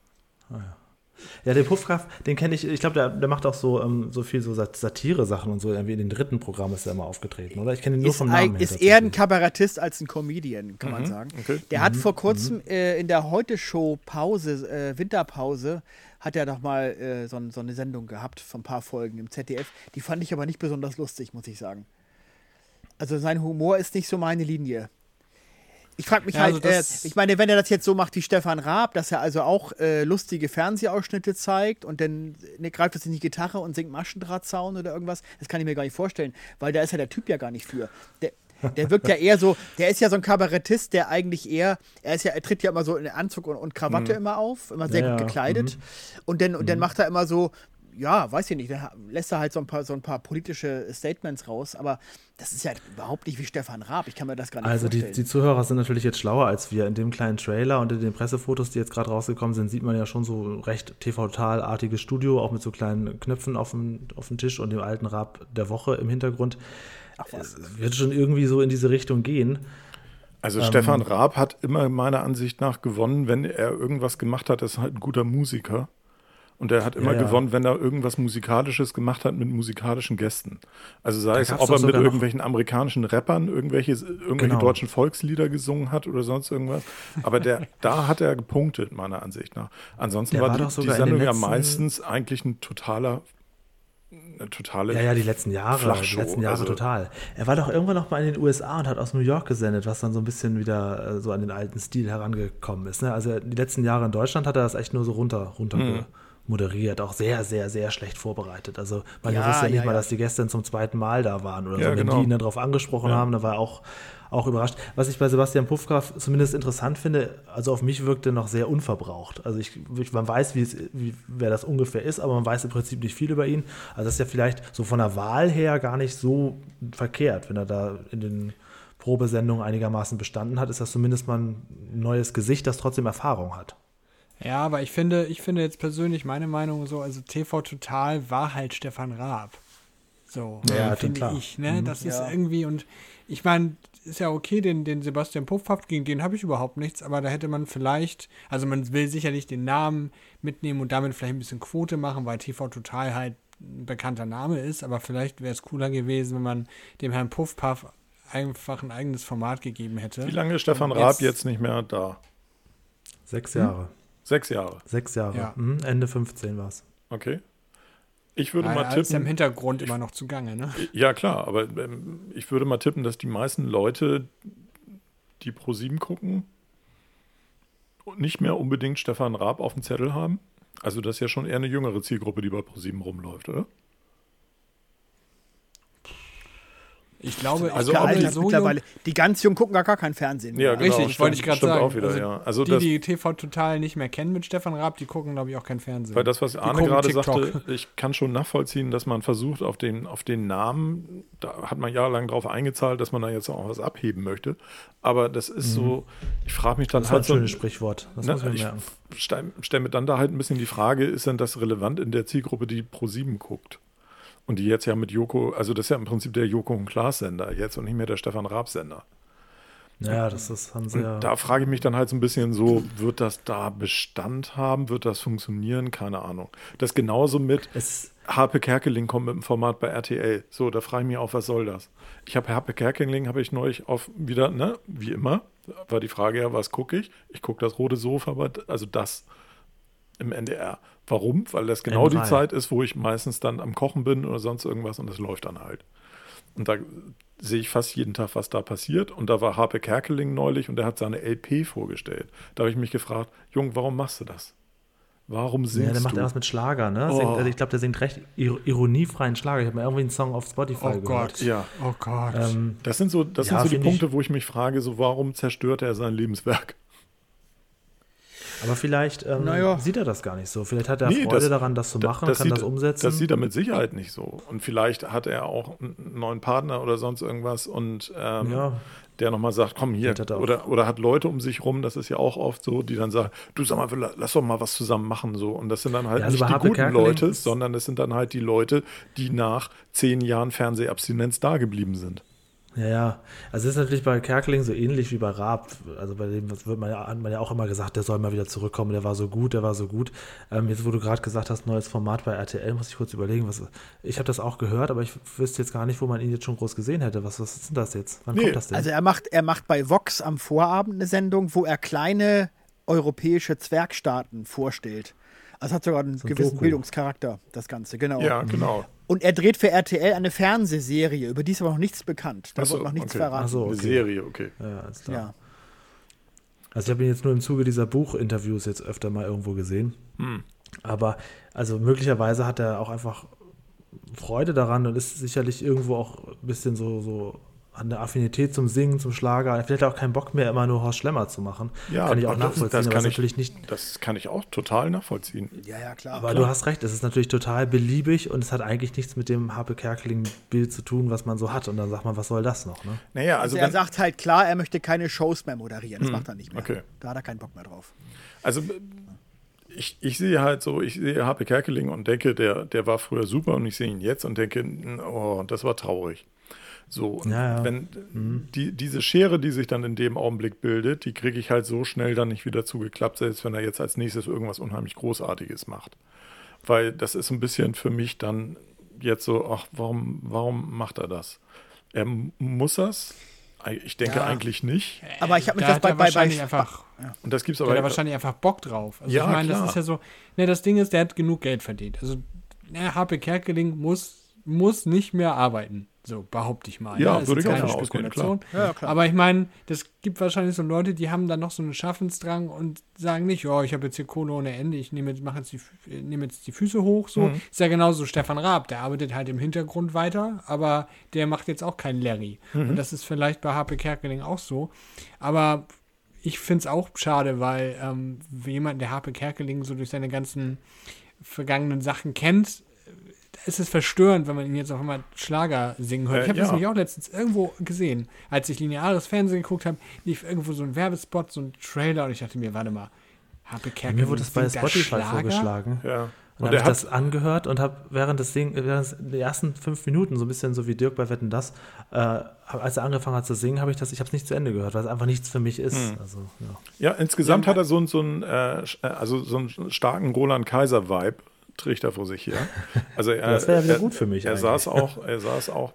Ja, den Puffkraft, den kenne ich glaube, der macht auch so viel so Satire-Sachen und so. Irgendwie in den dritten Programm ist er immer aufgetreten, oder? Ich kenne ihn nur vom Namen her. Ist eher ein tatsächlich. Kabarettist als ein Comedian, kann man sagen. Okay. Der hat vor kurzem in der Heute-Show-Pause, Winterpause, hat er doch mal so eine Sendung gehabt von ein paar Folgen im ZDF. Die fand ich aber nicht besonders lustig, muss ich sagen. Also sein Humor ist nicht so meine Linie. Ich frage mich Ja, also ich meine, wenn er das jetzt so macht wie Stefan Raab, dass er also auch lustige Fernsehausschnitte zeigt und dann greift er in die Gitarre und singt Maschendrahtzaun oder irgendwas, das kann ich mir gar nicht vorstellen, weil da ist ja der Typ ja gar nicht für. Der wirkt ja eher so, der ist ja so ein Kabarettist, der eigentlich eher, er tritt ja immer so in Anzug und Krawatte immer auf, immer sehr Ja, gut gekleidet und dann macht er immer so, ja, weiß ich nicht, dann lässt er halt so ein paar politische Statements raus, aber das ist ja überhaupt nicht wie Stefan Raab, ich kann mir das gar nicht Also vorstellen. die Zuhörer sind natürlich jetzt schlauer als wir. In dem kleinen Trailer und in den Pressefotos, die jetzt gerade rausgekommen sind, sieht man ja schon so recht TV-Total-artiges Studio, auch mit so kleinen Knöpfen auf dem Tisch und dem alten Raab der Woche im Hintergrund. Es wird schon irgendwie so in diese Richtung gehen. Also Stefan Raab hat immer meiner Ansicht nach gewonnen, wenn er irgendwas gemacht hat, das ist halt ein guter Musiker. Und er hat immer Ja. gewonnen, wenn er irgendwas Musikalisches gemacht hat mit musikalischen Gästen. Also sei es, gab's ob doch er mit sogar noch- irgendwelchen amerikanischen Rappern irgendwelche Genau. deutschen Volkslieder gesungen hat oder sonst irgendwas. Aber da hat er gepunktet, meiner Ansicht nach. Ansonsten Der war war die doch sogar in Sendung den ja letzten- meistens eigentlich eine totale Ja, die letzten Jahre. Flachshow, Die letzten Jahre also- total. Er war doch irgendwann noch mal in den USA und hat aus New York gesendet, was dann so ein bisschen wieder so an den alten Stil herangekommen ist. Ne? Also die letzten Jahre in Deutschland hat er das echt nur so runter moderiert, auch sehr, sehr, sehr schlecht vorbereitet. Also man Ja, wusste ja nicht ja, mal, ja. dass die gestern zum zweiten Mal da waren oder Ja, so. Wenn genau. die ihn dann darauf angesprochen haben, dann war er auch überrascht. Was ich bei Sebastian Puffkraft zumindest interessant finde, also auf mich wirkte noch sehr unverbraucht. Also man weiß, wer das ungefähr ist, aber man weiß im Prinzip nicht viel über ihn. Also das ist ja vielleicht so von der Wahl her gar nicht so verkehrt, wenn er da in den Probesendungen einigermaßen bestanden hat, ist das zumindest mal ein neues Gesicht, das trotzdem Erfahrung hat. Ja, aber ich finde jetzt persönlich meine Meinung so, also TV Total war halt Stefan Raab. So, Ja, finde klar. ich, ne? Das ist irgendwie, und ich meine, ist ja okay, den Sebastian Puffpaff, gegen den habe ich überhaupt nichts, aber da hätte man vielleicht, also man will sicherlich den Namen mitnehmen und damit vielleicht ein bisschen Quote machen, weil TV Total halt ein bekannter Name ist, aber vielleicht wäre es cooler gewesen, wenn man dem Herrn Puffpaff einfach ein eigenes Format gegeben hätte. Wie lange ist Stefan Raab jetzt nicht mehr da? 6 Jahre. 6 Jahre. 6 Jahre. Ja. Ende 15 war es. Okay. Ich würde mal Ist ja im tippen. Hintergrund immer noch zugange, ne? Ja, klar, aber ich würde mal tippen, dass die meisten Leute, die ProSieben gucken, nicht mehr unbedingt Stefan Raab auf dem Zettel haben. Also das ist ja schon eher eine jüngere Zielgruppe, die bei ProSieben rumläuft, oder? Ich glaube, Also ich glaube, Gealtert so mittlerweile. Die ganz Jungen gucken gar kein Fernsehen mehr. Ja, genau. Richtig, wollte ich gerade stimmt sagen. auch wieder, Also ja. Also die TV Total nicht mehr kennen mit Stefan Raab, die gucken, glaube ich, auch kein Fernsehen. weil das, was Arne gucken gerade TikTok. sagte, ich kann schon nachvollziehen, dass man versucht, auf den Namen, da hat man jahrelang drauf eingezahlt, dass man da jetzt auch was abheben möchte. Aber das ist so, ich frage mich dann Das war ein halt so. schönes Sprichwort. Das muss man Ich merken. stelle mir dann da halt ein bisschen die Frage, ist denn das relevant in der Zielgruppe, die ProSieben guckt? Und die jetzt ja mit Joko, also das ist ja im Prinzip der Joko und Klaas Sender jetzt und nicht mehr der Stefan Raab Sender. Ja, haben sie Und ja. da frage ich mich dann halt so ein bisschen so, wird das da Bestand haben? Wird das funktionieren? Keine Ahnung. Das genauso mit Harpe Kerkeling kommt mit dem Format bei RTL. So, da frage ich mich auch, was soll das? Ich habe Harpe Kerkeling, habe ich neulich auf wieder, ne, wie immer, war die Frage ja, was gucke ich? Ich gucke das Rote Sofa, also das im NDR. Warum? Weil das genau die N3. Zeit ist, wo ich meistens dann am Kochen bin oder sonst irgendwas und das läuft dann halt. Und da sehe ich fast jeden Tag, was da passiert. Und da war Harpe Kerkeling neulich und der hat seine LP vorgestellt. Da habe ich mich gefragt, Jung, warum machst du das? Warum singst Ja, der macht du? ja was mit Schlager, ne? Oh. Also ich glaube, der singt recht ironiefreien Schlager. Ich habe mal irgendwie einen Song auf Spotify Oh gehört. Gott. Ja, Oh Gott. das sind so Ja, die find Punkte, wo ich mich frage, so warum zerstört er sein Lebenswerk? Aber vielleicht sieht er das gar nicht so. Vielleicht hat er Nee, Freude das- daran, das zu machen, kann sieht- das umsetzen. Das sieht er mit Sicherheit nicht so. Und vielleicht hat er auch einen neuen Partner oder sonst irgendwas und Ja. der nochmal sagt, komm hier, Vielleicht hat er auch- oder hat Leute um sich rum, das ist ja auch oft so, die dann sagen, du sag mal, lass doch mal was zusammen machen. So. Und das sind dann halt Ja, also nicht bei die Harpe guten Kerkeling Leute, ist- sondern es sind dann halt die Leute, die nach 10 Jahren Fernsehabstinenz da geblieben sind. Ja. Also es ist natürlich bei Kerkeling so ähnlich wie bei Raab. Also bei dem hat man ja auch immer gesagt, der soll mal wieder zurückkommen, der war so gut. Jetzt, wo du gerade gesagt hast, neues Format bei RTL, muss ich kurz überlegen, ich habe das auch gehört, aber ich wüsste jetzt gar nicht, wo man ihn jetzt schon groß gesehen hätte. Was ist denn das jetzt? Wann Nee. kommt das denn? Also er macht bei Vox am Vorabend eine Sendung, wo er kleine europäische Zwergstaaten vorstellt. Also hat sogar einen So ein gewissen Doku. Bildungscharakter, das Ganze, genau. Ja, genau. Und er dreht für RTL eine Fernsehserie, über die ist aber noch nichts bekannt. Da Ach so, wird noch nichts okay. verraten. Ach so. Eine Okay. Serie, okay. Ja, alles klar. Ja. Also ich habe ihn jetzt nur im Zuge dieser Buchinterviews jetzt öfter mal irgendwo gesehen. Aber also möglicherweise hat er auch einfach Freude daran und ist sicherlich irgendwo auch ein bisschen so an der Affinität zum Singen, zum Schlager. Vielleicht hat er auch keinen Bock mehr, immer nur Horst Schlemmer zu machen. Ja, kann ich auch aber nachvollziehen, das aber kann ist ich, natürlich nicht. das kann ich auch total nachvollziehen. Ja, klar. Aber du hast recht, es ist natürlich total beliebig und es hat eigentlich nichts mit dem Harpe Kerkeling-Bild zu tun, was man so hat. Und dann sagt man, was soll das noch? Ne? Naja, Also also er wenn, sagt halt klar, er möchte keine Shows mehr moderieren. Das macht er nicht mehr. okay. Da hat er keinen Bock mehr drauf. Also ich sehe halt so, ich sehe Harpe Kerkeling und denke, der war früher super und ich sehe ihn jetzt und denke, oh, das war traurig. So, und Ja, ja. wenn diese Schere, die sich dann in dem Augenblick bildet, die kriege ich halt so schnell dann nicht wieder zugeklappt, selbst wenn er jetzt als nächstes irgendwas unheimlich Großartiges macht. Weil das ist ein bisschen für mich dann jetzt so, ach, warum macht er das? Er muss das? Ich denke eigentlich nicht. Aber ich habe mich Da das hat er wahrscheinlich bei einfach, Und das gibt's der aber. hat da wahrscheinlich einfach Bock drauf. Also Ja, ich meine, klar. das ist ja so, ne, das Ding ist, der hat genug Geld verdient. Also Harpe Kerkeling muss nicht mehr arbeiten. So, behaupte ich mal. Ja, ne? Das würde ist ich auch keine von ausgehen, Spekulation. Ja, klar. Aber ich meine, das gibt wahrscheinlich so Leute, die haben dann noch so einen Schaffensdrang und sagen nicht, ja, ich habe jetzt hier Kohle ohne Ende, ich nehme jetzt die Füße hoch. So. Ist ja genauso Stefan Raab, der arbeitet halt im Hintergrund weiter, aber der macht jetzt auch keinen Larry. Und das ist vielleicht bei Harpe Kerkeling auch so. Aber ich finde es auch schade, weil jemand, der Harpe Kerkeling so durch seine ganzen vergangenen Sachen kennt, ist es verstörend, wenn man ihn jetzt auf einmal Schlager singen hört. Ich habe das ja. nämlich auch letztens irgendwo gesehen. Als ich lineares Fernsehen geguckt habe, lief irgendwo so ein Werbespot, so ein Trailer und ich dachte mir, warte mal, Harpe Kerkeling Mir wurde es bei singt da Spotify Schlager? vorgeschlagen. Ja. Und habe ich das angehört und habe während der ersten 5 Minuten, so ein bisschen so wie Dirk bei Wetten, dass, als er angefangen hat zu singen, ich habe es nicht zu Ende gehört, weil es einfach nichts für mich ist. Also, Ja, insgesamt hat er so einen starken Roland Kaiser-Vibe, trägt er vor sich her. Also das wäre ja wieder gut für mich. Er saß auch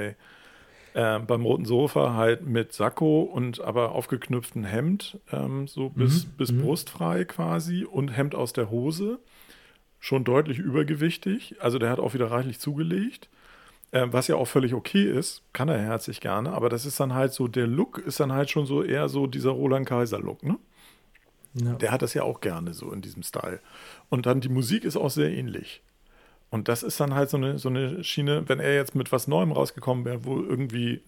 beim Roten Sofa halt mit Sakko und aber aufgeknüpftem Hemd, so bis brustfrei quasi und Hemd aus der Hose. Schon deutlich übergewichtig. Also der hat auch wieder reichlich zugelegt. Was ja auch völlig okay ist, kann er herzlich gerne, aber das ist dann halt so, der Look ist dann halt schon so eher so dieser Roland Kaiser-Look, ne? Ja. Der hat das ja auch gerne so in diesem Style. Und dann die Musik ist auch sehr ähnlich. Und das ist dann halt so eine Schiene, wenn er jetzt mit was Neuem rausgekommen wäre, wo irgendwie,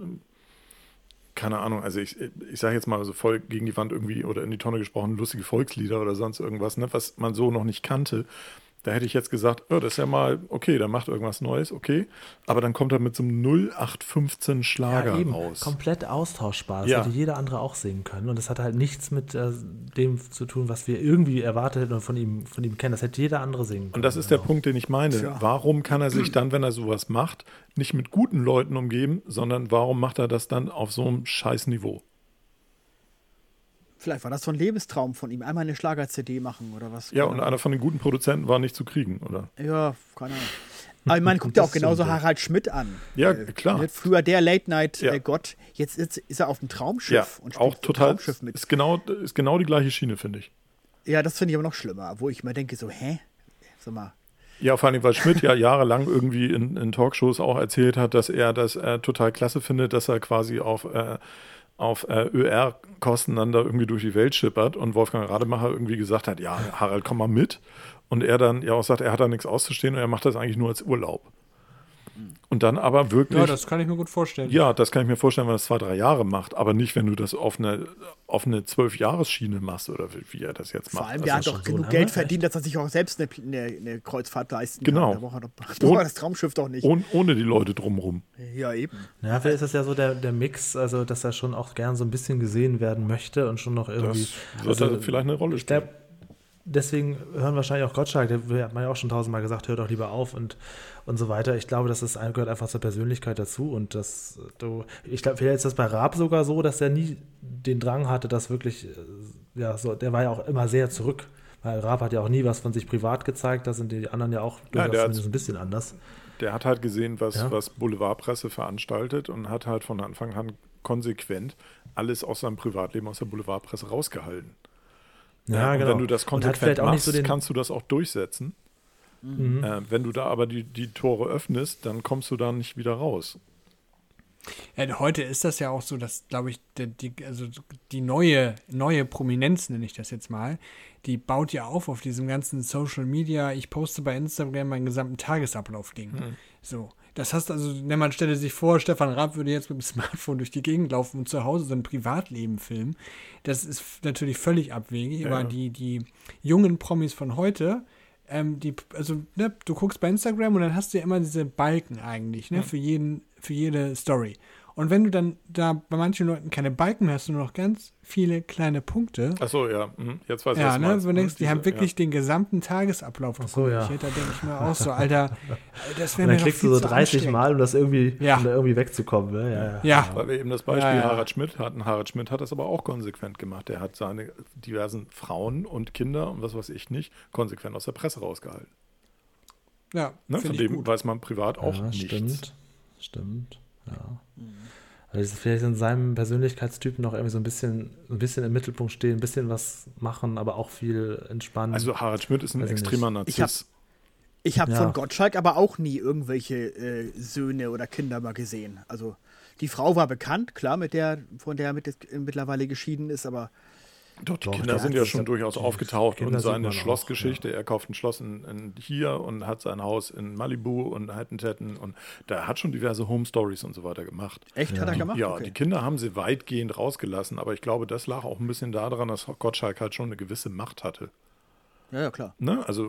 keine Ahnung, also ich sage jetzt mal so voll gegen die Wand irgendwie oder in die Tonne gesprochen, lustige Volkslieder oder sonst irgendwas, ne, was man so noch nicht kannte. Da hätte ich jetzt gesagt, das ist ja mal, okay, der macht irgendwas Neues, okay. Aber dann kommt er mit so einem 0815 Schlager raus. Komplett austauschbar. Das Ja. hätte jeder andere auch singen können. Und das hat halt nichts mit dem zu tun, was wir irgendwie erwartet hätten und von ihm kennen. Das hätte jeder andere singen können. Und das ist der Punkt, den ich meine. Tja. Warum kann er sich dann, wenn er sowas macht, nicht mit guten Leuten umgeben, sondern warum macht er das dann auf so einem scheiß Niveau? Vielleicht war das so ein Lebenstraum von ihm. Einmal eine Schlager-CD machen oder was. Ja, und einer von den guten Produzenten war nicht zu kriegen, oder? Ja, keine Ahnung. Aber ich meine, guck dir auch genauso Harald Schmidt an. Ja, klar. Früher der Ja. Late-Night-Gott. Jetzt ist er auf dem Traumschiff Ja, und auch spielt total. Traumschiff mit. Ist genau die gleiche Schiene, finde ich. Ja, das finde ich aber noch schlimmer, wo ich mir denke, so, sag mal. Ja, vor allem, weil Schmidt ja jahrelang irgendwie in Talkshows auch erzählt hat, dass er das total klasse findet, dass er quasi auf ÖR-Kosten dann da irgendwie durch die Welt schippert und Wolfgang Rademacher irgendwie gesagt hat, ja, Harald, komm mal mit. Und er dann ja auch sagt, er hat da nichts auszustehen und er macht das eigentlich nur als Urlaub. Und dann aber wirklich. Ja, das kann ich mir gut vorstellen. Ja, das kann ich mir vorstellen, wenn er das 2-3 Jahre macht, aber nicht, wenn du das auf eine 12-Jahres-Schiene machst oder wie er das jetzt macht. Vor allem, der hat schon doch so genug lange, Geld echt? verdient, dass er sich auch selbst eine Kreuzfahrt leisten Genau. kann. Da braucht er das Traumschiff doch nicht. Ohne die Leute drumrum. Ja, eben. Ja, vielleicht ist das ja so der Mix, also dass er schon auch gern so ein bisschen gesehen werden möchte und schon noch irgendwie. Das wird vielleicht eine Rolle Ich spielen. glaube, deswegen hören wahrscheinlich auch Gottschalk, der hat man ja auch schon 1000-mal gesagt, hör doch lieber auf und so weiter. Ich glaube, gehört einfach zur Persönlichkeit dazu und ich glaube, vielleicht ist das bei Raab sogar so, dass er nie den Drang hatte, das wirklich, der war ja auch immer sehr zurück, weil Raab hat ja auch nie was von sich privat gezeigt, das sind die anderen ja auch durchaus zumindest ein bisschen anders. Der hat halt gesehen, was Boulevardpresse veranstaltet und hat halt von Anfang an konsequent alles aus seinem Privatleben aus der Boulevardpresse rausgehalten. Ja, und genau. wenn du das Und hat konsequent vielleicht auch nicht machst, so kannst du das auch durchsetzen. Wenn du da aber die Tore öffnest, dann kommst du da nicht wieder raus. Ja, heute ist das ja auch so, dass, glaube ich, die neue Prominenz, nenne ich das jetzt mal, die baut ja auf diesem ganzen Social Media, ich poste bei Instagram meinen gesamten Tagesablauf-Ding. So. Das heißt also, man stelle sich vor, Stefan Raab würde jetzt mit dem Smartphone durch die Gegend laufen und zu Hause sein Privatleben filmen. Das ist natürlich völlig abwegig, Ja. aber die jungen Promis von heute, du guckst bei Instagram und dann hast du ja immer diese Balken eigentlich, ne, für jede Story. Und wenn du dann da bei manchen Leuten keine Balken mehr hast, nur noch ganz viele kleine Punkte. Achso, ja. Jetzt weiß ich, Ja, was du ne, meinst. du denkst, die haben wirklich Ja. den gesamten Tagesablauf so, ja. dokumentiert. Da denke ich mir auch so, Alter, das wäre Und mir dann doch klickst viel du so zu 30 anstrengend. Mal, um das irgendwie, Ja. um da irgendwie wegzukommen. Ne? Ja. Weil wir eben das Beispiel Ja, ja. Harald Schmidt hatten. Harald Schmidt hat das aber auch konsequent gemacht. Er hat seine diversen Frauen und Kinder und was weiß ich nicht konsequent aus der Presse rausgehalten. Ja, Ne? finde Von ich dem gut. weiß man privat auch Ja, nichts. Stimmt. Ja. Also das ist vielleicht in seinem Persönlichkeitstyp noch irgendwie so ein bisschen im Mittelpunkt stehen, ein bisschen was machen, aber auch viel entspannen. Also Harald Schmidt ist ein Weiß ich extremer Ich Narziss. Ich habe Ja. von Gottschalk aber auch nie irgendwelche Söhne oder Kinder mal gesehen. Also die Frau war bekannt, klar, von der mittlerweile geschieden ist, aber Doch, die Doch, Kinder der sind hat ja das schon ja- durchaus die aufgetaucht Kinder und sieht seine man auch, Schlossgeschichte, er kauft ein Schloss in hier und hat sein Haus in Malibu und Hattentetten und da hat schon diverse Home Stories und so weiter gemacht. echt hat er gemacht? Ja, Okay. die Kinder haben sie weitgehend rausgelassen, aber ich glaube, das lag auch ein bisschen daran, dass Gottschalk halt schon eine gewisse Macht hatte. Ja, klar. Ne? Also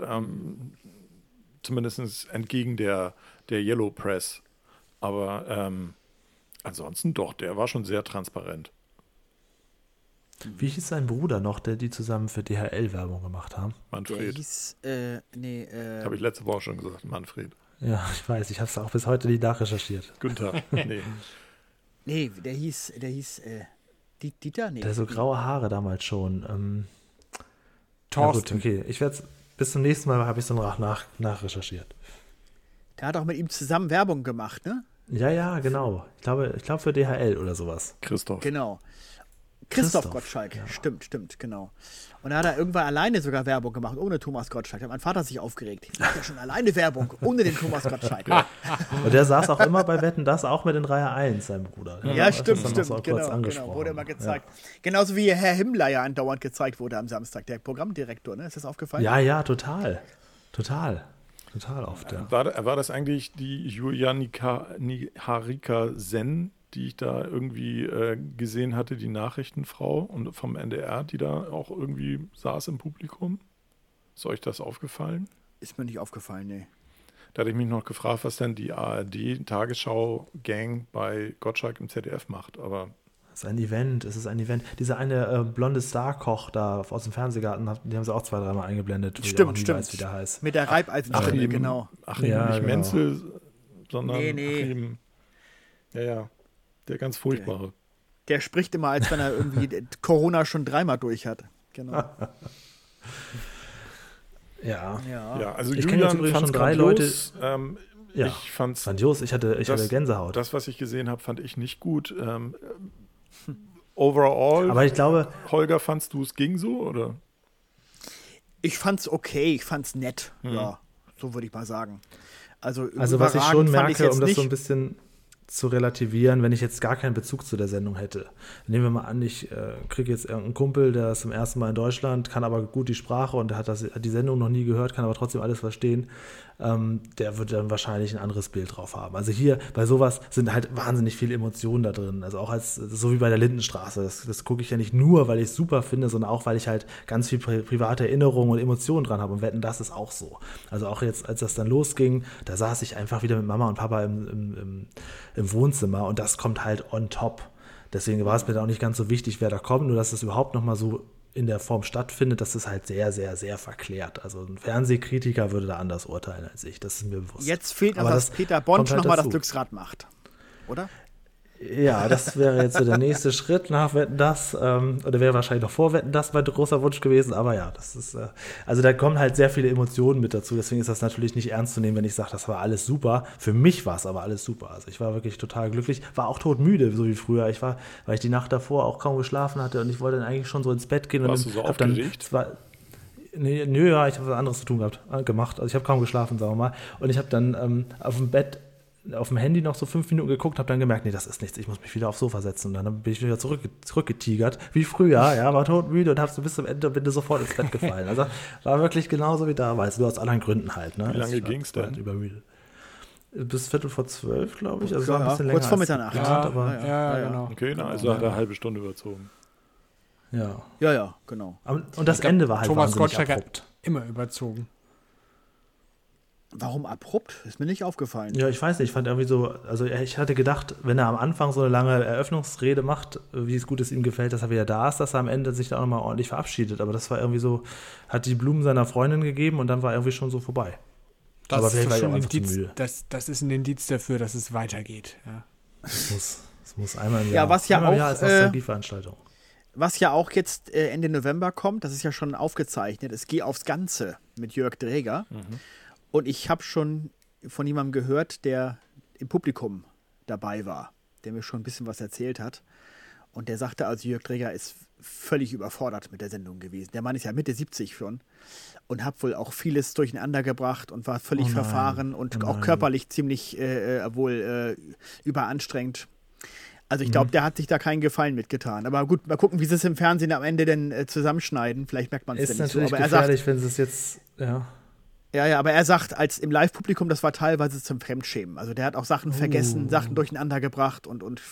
zumindest entgegen der Yellow Press. Aber ansonsten doch, der war schon sehr transparent. Wie hieß sein Bruder noch, die zusammen für DHL Werbung gemacht haben? Der Manfred. hieß, Habe ich letzte Woche schon gesagt, Manfred. Ja, ich weiß, ich habe es auch bis heute nicht nachrecherchiert. Günther. Nee. nee, der hieß, Dieter? Nee. Der hat so graue Haare damals schon. Thorsten. Ja gut, okay. Ich werde bis zum nächsten Mal habe ich so nachrecherchiert. Der hat auch mit ihm zusammen Werbung gemacht, ne? Ja, genau. Ich glaube für DHL oder sowas. Christoph. Genau. Christoph Christoph, Gottschalk, ja. Stimmt, genau. Und da hat er irgendwann alleine sogar Werbung gemacht, ohne Thomas Gottschalk. Da hat mein Vater sich aufgeregt. Ich mache ja schon alleine Werbung, ohne den Thomas Gottschalk. Und der saß auch immer bei Wetten, das auch mit in Reihe 1, sein Bruder. Ja, Das stimmt, haben wir auch kurz genau, angesprochen. wurde immer gezeigt. Genauso wie Herr Himmler ja andauernd gezeigt wurde am Samstag, der Programmdirektor, ne? Ist das aufgefallen? Ja, total. Total oft, ja. War das eigentlich die Julia Niharika Sen, die ich da irgendwie gesehen hatte, die Nachrichtenfrau und vom NDR, die da auch irgendwie saß im Publikum? Ist euch das aufgefallen? Ist mir nicht aufgefallen, nee. Da hatte ich mich noch gefragt, was denn die ARD-Tagesschau-Gang bei Gottschalk im ZDF macht, aber Es ist ein Event. Dieser eine blonde Star-Koch da aus dem Fernsehgarten, die haben sie auch 2-3 Mal eingeblendet, wo ich auch nie weiß, wie der heißt. Mit der Reibeisenstimme, Achim, genau. Achim, Ja, nicht genau. Menzel, sondern Nee. Achim. Ja, der ganz furchtbare. Der spricht immer, als wenn er irgendwie Corona schon 3-mal durch hat. Genau. Ja. Ja, also Ich kenne jetzt Julian übrigens fand's schon 3 grandios. Ja. Ich fand's Grandios, ich hatte Gänsehaut. Das, was ich gesehen habe, fand ich nicht gut. Overall, Aber ich glaube, Holger, fandst du es ging so, oder? Ich fand's okay, ich fand's nett. Ja, so würde ich mal sagen. Also was ich schon überragend fand ich's merke, jetzt um das nicht. so ein bisschen zu relativieren, wenn ich jetzt gar keinen Bezug zu der Sendung hätte. Nehmen wir mal an, ich kriege jetzt irgendeinen Kumpel, der ist zum ersten Mal in Deutschland, kann aber gut die Sprache und der hat die Sendung noch nie gehört, kann aber trotzdem alles verstehen. Der wird dann wahrscheinlich ein anderes Bild drauf haben. Also hier bei sowas sind halt wahnsinnig viele Emotionen da drin. Also auch so wie bei der Lindenstraße. Das gucke ich ja nicht nur, weil ich es super finde, sondern auch, weil ich halt ganz viel private Erinnerungen und Emotionen dran habe. Und Wetten, das ist auch so. Also auch jetzt, als das dann losging, da saß ich einfach wieder mit Mama und Papa im Wohnzimmer und das kommt halt on top. Deswegen war es mir da auch nicht ganz so wichtig, wer da kommt, nur dass es überhaupt nochmal so in der Form stattfindet, das ist halt sehr, sehr, sehr verklärt. Also ein Fernsehkritiker würde da anders urteilen als ich, das ist mir bewusst. Jetzt fehlt noch, Aber dass das Peter Bond kommt halt nochmal das dazu. Glücksrad macht. Oder? Ja, das wäre jetzt so der nächste Schritt nach Wetten, das. Oder wäre wahrscheinlich noch vor Wetten, das mein großer Wunsch gewesen. Aber ja, das ist, also da kommen halt sehr viele Emotionen mit dazu. Deswegen ist das natürlich nicht ernst zu nehmen, wenn ich sage, das war alles super. Für mich war es aber alles super. Also ich war wirklich total glücklich. War auch todmüde, so wie früher. Weil ich die Nacht davor auch kaum geschlafen hatte und ich wollte dann eigentlich schon so ins Bett gehen. Warst und du so hab dann aufgeregt? Nö, ja, ich habe was anderes zu tun gemacht. Also ich habe kaum geschlafen, sagen wir mal. Und ich habe dann auf dem Bett auf dem Handy noch so 5 Minuten geguckt, habe dann gemerkt, nee, das ist nichts, ich muss mich wieder aufs Sofa setzen. Und dann bin ich wieder zurückgetigert, wie früher, ja, war todmüde und habe so bis zum Ende bin sofort ins Bett gefallen. Also war wirklich genauso wie damals, nur aus anderen Gründen halt. Ne? Wie lange Ich war ging's denn? halt übermüdet. Bis 11:45, glaube ich. Also Ja, war ein bisschen länger kurz vor als Mitternacht. geplant, aber Ja, genau. Okay, also hat er eine halbe Stunde überzogen. ja. Ja, genau. Und das Ende war halt Thomas wahnsinnig Gottschalk abrupt. hat immer überzogen. Warum abrupt? Ist mir nicht aufgefallen. Ja, ich weiß nicht, ich fand irgendwie so, also ich hatte gedacht, wenn er am Anfang so eine lange Eröffnungsrede macht, wie es gut es ihm gefällt, dass er wieder da ist, dass er am Ende sich da auch nochmal ordentlich verabschiedet. Aber das war irgendwie so, hat die Blumen seiner Freundin gegeben und dann war irgendwie schon so vorbei. Aber Das vielleicht ist war ich schon auch ein einfach zu Indiz, müde. das ist ein Indiz dafür, dass es weitergeht. Ja. Es muss einmal im Ja, Jahr. was ja einmal im auch, Jahr als Nostalgieveranstaltung. Was ja auch jetzt Ende November kommt, das ist ja schon aufgezeichnet, es geht aufs Ganze mit Jörg Dräger. Und ich habe schon von jemandem gehört, der im Publikum dabei war, der mir schon ein bisschen was erzählt hat. Und der sagte, also Jörg Dräger ist völlig überfordert mit der Sendung gewesen. Der Mann ist ja Mitte 70 schon und hat wohl auch vieles durcheinander gebracht und war völlig verfahren und auch körperlich ziemlich überanstrengend. Also ich glaube, der hat sich da keinen Gefallen mitgetan. Aber gut, mal gucken, wie sie es im Fernsehen am Ende denn zusammenschneiden. Vielleicht merkt man es Ist denn nicht so. natürlich Aber er sagt, gefährlich, wenn sie es jetzt, ja. ja, aber er sagt, als im Live-Publikum, das war teilweise zum Fremdschämen. Also der hat auch Sachen vergessen, Sachen durcheinander gebracht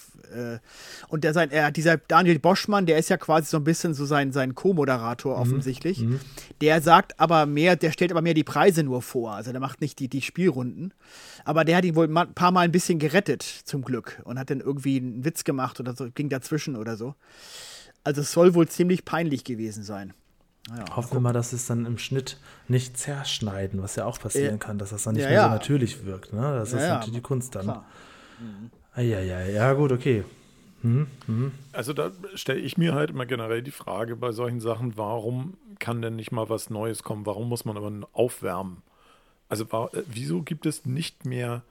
dieser Daniel Boschmann, der ist ja quasi so ein bisschen so sein Co-Moderator offensichtlich. Der sagt aber mehr, der stellt aber mehr die Preise nur vor. Also der macht nicht die Spielrunden. Aber der hat ihn wohl ein paar Mal ein bisschen gerettet, zum Glück. Und hat dann irgendwie einen Witz gemacht oder so, ging dazwischen oder so. Also es soll wohl ziemlich peinlich gewesen sein. Naja, Hoffen wir mal, dass es dann im Schnitt nicht zerschneiden, was ja auch passieren kann, dass das dann nicht Ja, mehr so ja. natürlich wirkt. Ne? Das ist Ja, natürlich die Kunst dann. klar. Ja, gut, okay. Also da stelle ich mir halt immer generell die Frage bei solchen Sachen, warum kann denn nicht mal was Neues kommen? Warum muss man aber aufwärmen? Also wieso gibt es nicht mehr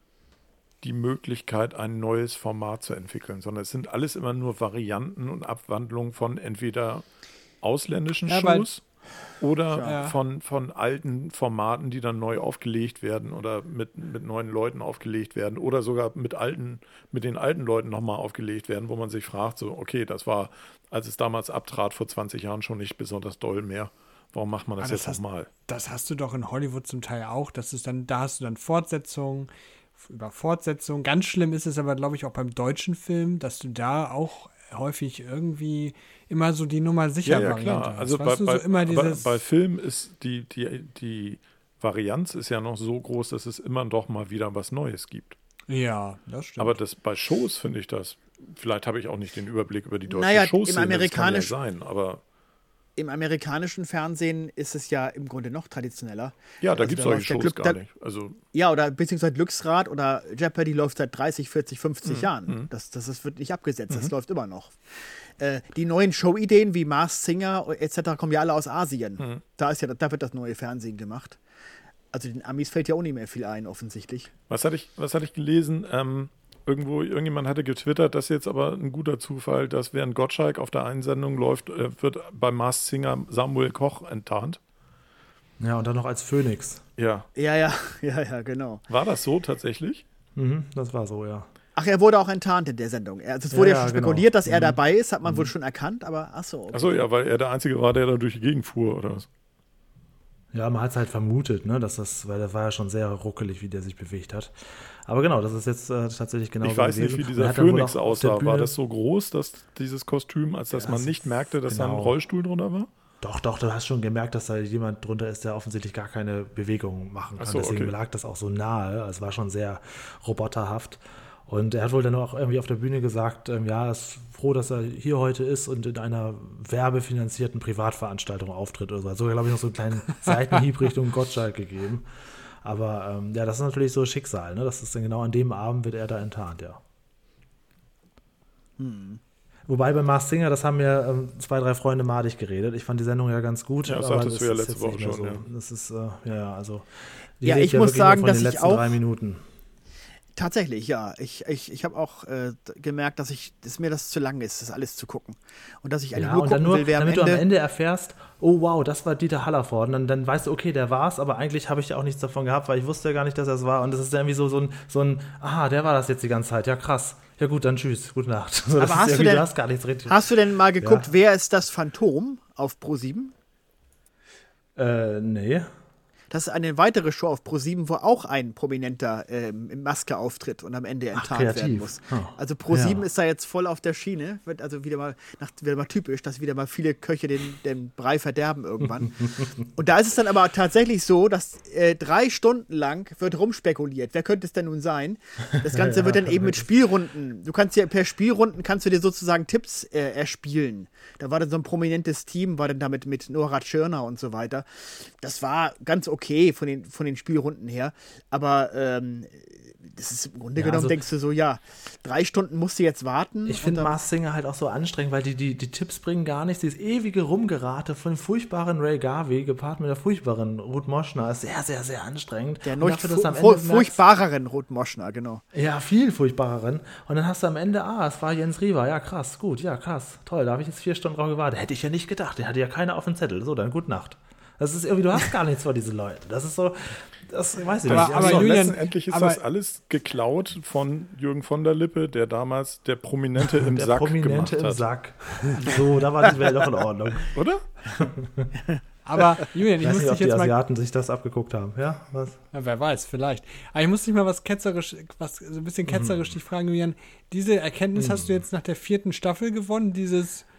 die Möglichkeit, ein neues Format zu entwickeln, sondern es sind alles immer nur Varianten und Abwandlungen von entweder ausländischen Shows oder von alten Formaten, die dann neu aufgelegt werden oder mit neuen Leuten aufgelegt werden oder sogar mit den alten Leuten nochmal aufgelegt werden, wo man sich fragt, so, okay, das war, als es damals abtrat, vor 20 Jahren schon nicht besonders doll mehr. Warum macht man das jetzt nochmal? Das hast du doch in Hollywood zum Teil auch. Da hast du dann Fortsetzungen über Fortsetzungen. Ganz schlimm ist es aber, glaube ich, auch beim deutschen Film, dass du da auch häufig irgendwie immer so die Nummer sicher Variante klar. Also bei Film ist die Varianz ist ja noch so groß, dass es immer doch mal wieder was Neues gibt. Ja, das stimmt. Aber bei Shows finde ich das, vielleicht habe ich auch nicht den Überblick über die deutsche Shows. Im amerikanischen sein, aber im amerikanischen Fernsehen ist es ja im Grunde noch traditioneller. Ja, da gibt es solche Shows gar nicht. Also ja, oder beziehungsweise Glücksrad oder Jeopardy läuft seit 30, 40, 50 Jahren. Das wird nicht abgesetzt, das läuft immer noch. Die neuen Showideen wie Masked Singer etc. kommen ja alle aus Asien. Da wird das neue Fernsehen gemacht. Also den Amis fällt ja auch nicht mehr viel ein, offensichtlich. Was hatte ich gelesen? Irgendjemand hatte getwittert, das ist jetzt aber ein guter Zufall, dass während Gottschalk auf der Einsendung läuft, wird beim Masked Singer Samuel Koch enttarnt. Ja, und dann noch als Phönix. Ja. Ja, genau. War das so tatsächlich? Das war so, ja. Ach, er wurde auch enttarnt in der Sendung. Also es wurde ja schon spekuliert, dass er dabei ist, hat man wohl schon erkannt, aber okay. Achso, ja, weil er der Einzige war, der da durch die Gegend fuhr, oder was? Ja, man hat es halt vermutet, ne, weil das war ja schon sehr ruckelig, wie der sich bewegt hat. Aber genau, das ist jetzt tatsächlich genau so Ich weiß nicht, wie dieser Phönix aussah. War das so groß, dass dieses Kostüm, als dass man nicht merkte, dass da ein Rollstuhl drunter war? Doch, du hast schon gemerkt, dass da jemand drunter ist, der offensichtlich gar keine Bewegung machen kann. Deswegen lag das auch so nahe. Es war schon sehr roboterhaft. Und er hat wohl dann auch irgendwie auf der Bühne gesagt, er ist froh, dass er hier heute ist und in einer werbefinanzierten Privatveranstaltung auftritt oder so. Also, glaube ich, noch so einen kleinen Seitenhieb Richtung Gottschalk gegeben. Aber das ist natürlich so Schicksal, ne? Das ist dann genau an dem Abend wird er da enttarnt, ja. Wobei bei Masked Singer, das haben mir 2, 3 Freunde madig geredet. Ich fand die Sendung ja ganz gut. Ja, das hattest du ja letzte Woche schon. So. Ja. Das ist, also. Ich muss sagen, dass ich auch 3 Minuten. Tatsächlich, ja. Ich habe auch gemerkt, dass mir das zu lang ist, das alles zu gucken. Und dass ich eigentlich nur gucken will, wer damit du am Ende erfährst, oh wow, das war Dieter Hallervorden. Und dann weißt du, okay, der war's, aber eigentlich habe ich ja auch nichts davon gehabt, weil ich wusste ja gar nicht, dass er es war. Und das ist dann irgendwie so ein, aha, der war das jetzt die ganze Zeit. Ja, krass. Ja gut, dann tschüss, gute Nacht. So, aber hast du denn mal geguckt, wer ist das Phantom auf Pro7? Nee. Das ist eine weitere Show auf Pro7, wo auch ein Prominenter in Maske auftritt und am Ende enttarnt werden muss. Also Pro7 ist da jetzt voll auf der Schiene. Wird also wieder mal typisch, dass wieder mal viele Köche den Brei verderben irgendwann. Und da ist es dann aber tatsächlich so, dass 3 Stunden lang wird rumspekuliert. Wer könnte es denn nun sein? Das Ganze wird dann eben mit Spielrunden. Du kannst ja per Spielrunden dir sozusagen Tipps erspielen. Da war dann so ein prominentes Team, war dann damit mit Nora Tschirner und so weiter. Das war ganz okay von den Spielrunden her, aber das ist im Grunde genommen, denkst du so, 3 Stunden musst du jetzt warten. Ich finde Masked Singer halt auch so anstrengend, weil die Tipps bringen gar nichts. Dieses ewige Rumgerate von dem furchtbaren Ray Garvey gepaart mit der furchtbaren Ruth Moschner ist sehr, sehr, sehr anstrengend. Der noch furchtbareren Ruth Moschner, genau. Ja, viel furchtbareren. Und dann hast du am Ende, es war Jens Riewer. Ja, krass, gut, ja, krass, toll. Da habe ich jetzt 4 Stunden drauf gewartet. Hätte ich ja nicht gedacht. Der hatte ja keiner auf dem Zettel. So, dann gute Nacht. Das ist irgendwie, du hast gar nichts vor diesen Leuten. Das ist so, das weiß ich nicht. Aber Julian, letztendlich ist das alles geklaut von Jürgen von der Lippe, der damals der Prominente im Sack gemacht hat. Im Sack. So, da war die Welt doch in Ordnung. Oder? Aber Julian, ich muss dich jetzt mal... die Asiaten sich das abgeguckt haben, ja? Was? Ja, wer weiß, vielleicht. Aber ich muss dich mal so ein bisschen ketzerisch dich fragen, Julian. Diese Erkenntnis hast du jetzt nach der 4. Staffel gewonnen, dieses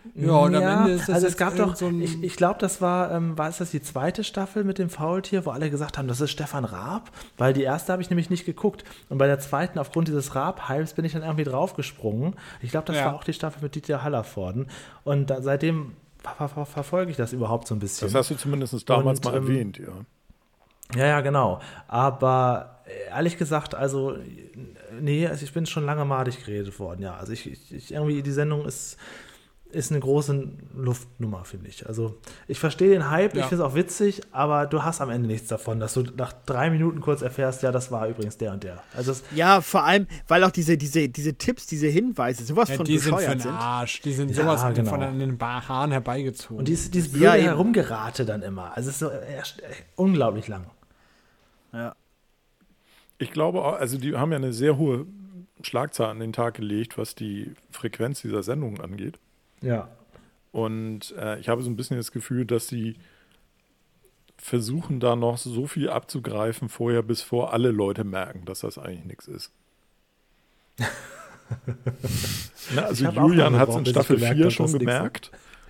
Ja, und am Ja, Ende ist das also es jetzt gab doch, so ein. ich glaube, das war es das die zweite Staffel mit dem Faultier, wo alle gesagt haben, das ist Stefan Raab, weil die erste habe ich nämlich nicht geguckt. Und bei der zweiten, aufgrund dieses Raab-Hypes, bin ich dann irgendwie draufgesprungen. Ich glaube, das war auch die Staffel mit Dieter Hallervorden. Und seitdem verfolge ich das überhaupt so ein bisschen. Das hast du zumindest damals mal erwähnt, ja. Ja, genau. Aber ehrlich gesagt, also, nee, also ich bin schon lange madig geredet worden, ja. Also irgendwie, die Sendung ist eine große Luftnummer, finde ich. Also ich verstehe den Hype, ich finde es auch witzig, aber du hast am Ende nichts davon, dass du nach 3 Minuten kurz erfährst, ja, das war übrigens der und der. Also ja, vor allem, weil auch diese Tipps, diese Hinweise, sowas von die sind für bescheuert den Arsch. Die sind sowas von an den Haaren herbeigezogen. Und dieses blöde Herumgerate dann immer. Also es ist so unglaublich lang. Ja. Ich glaube auch, also die haben ja eine sehr hohe Schlagzahl an den Tag gelegt, was die Frequenz dieser Sendung angeht. Ja. Und ich habe so ein bisschen das Gefühl, dass sie versuchen, da noch so viel abzugreifen vorher, bevor alle Leute merken, dass das eigentlich nichts ist. Also Julian hat es in Staffel 4 schon gemerkt.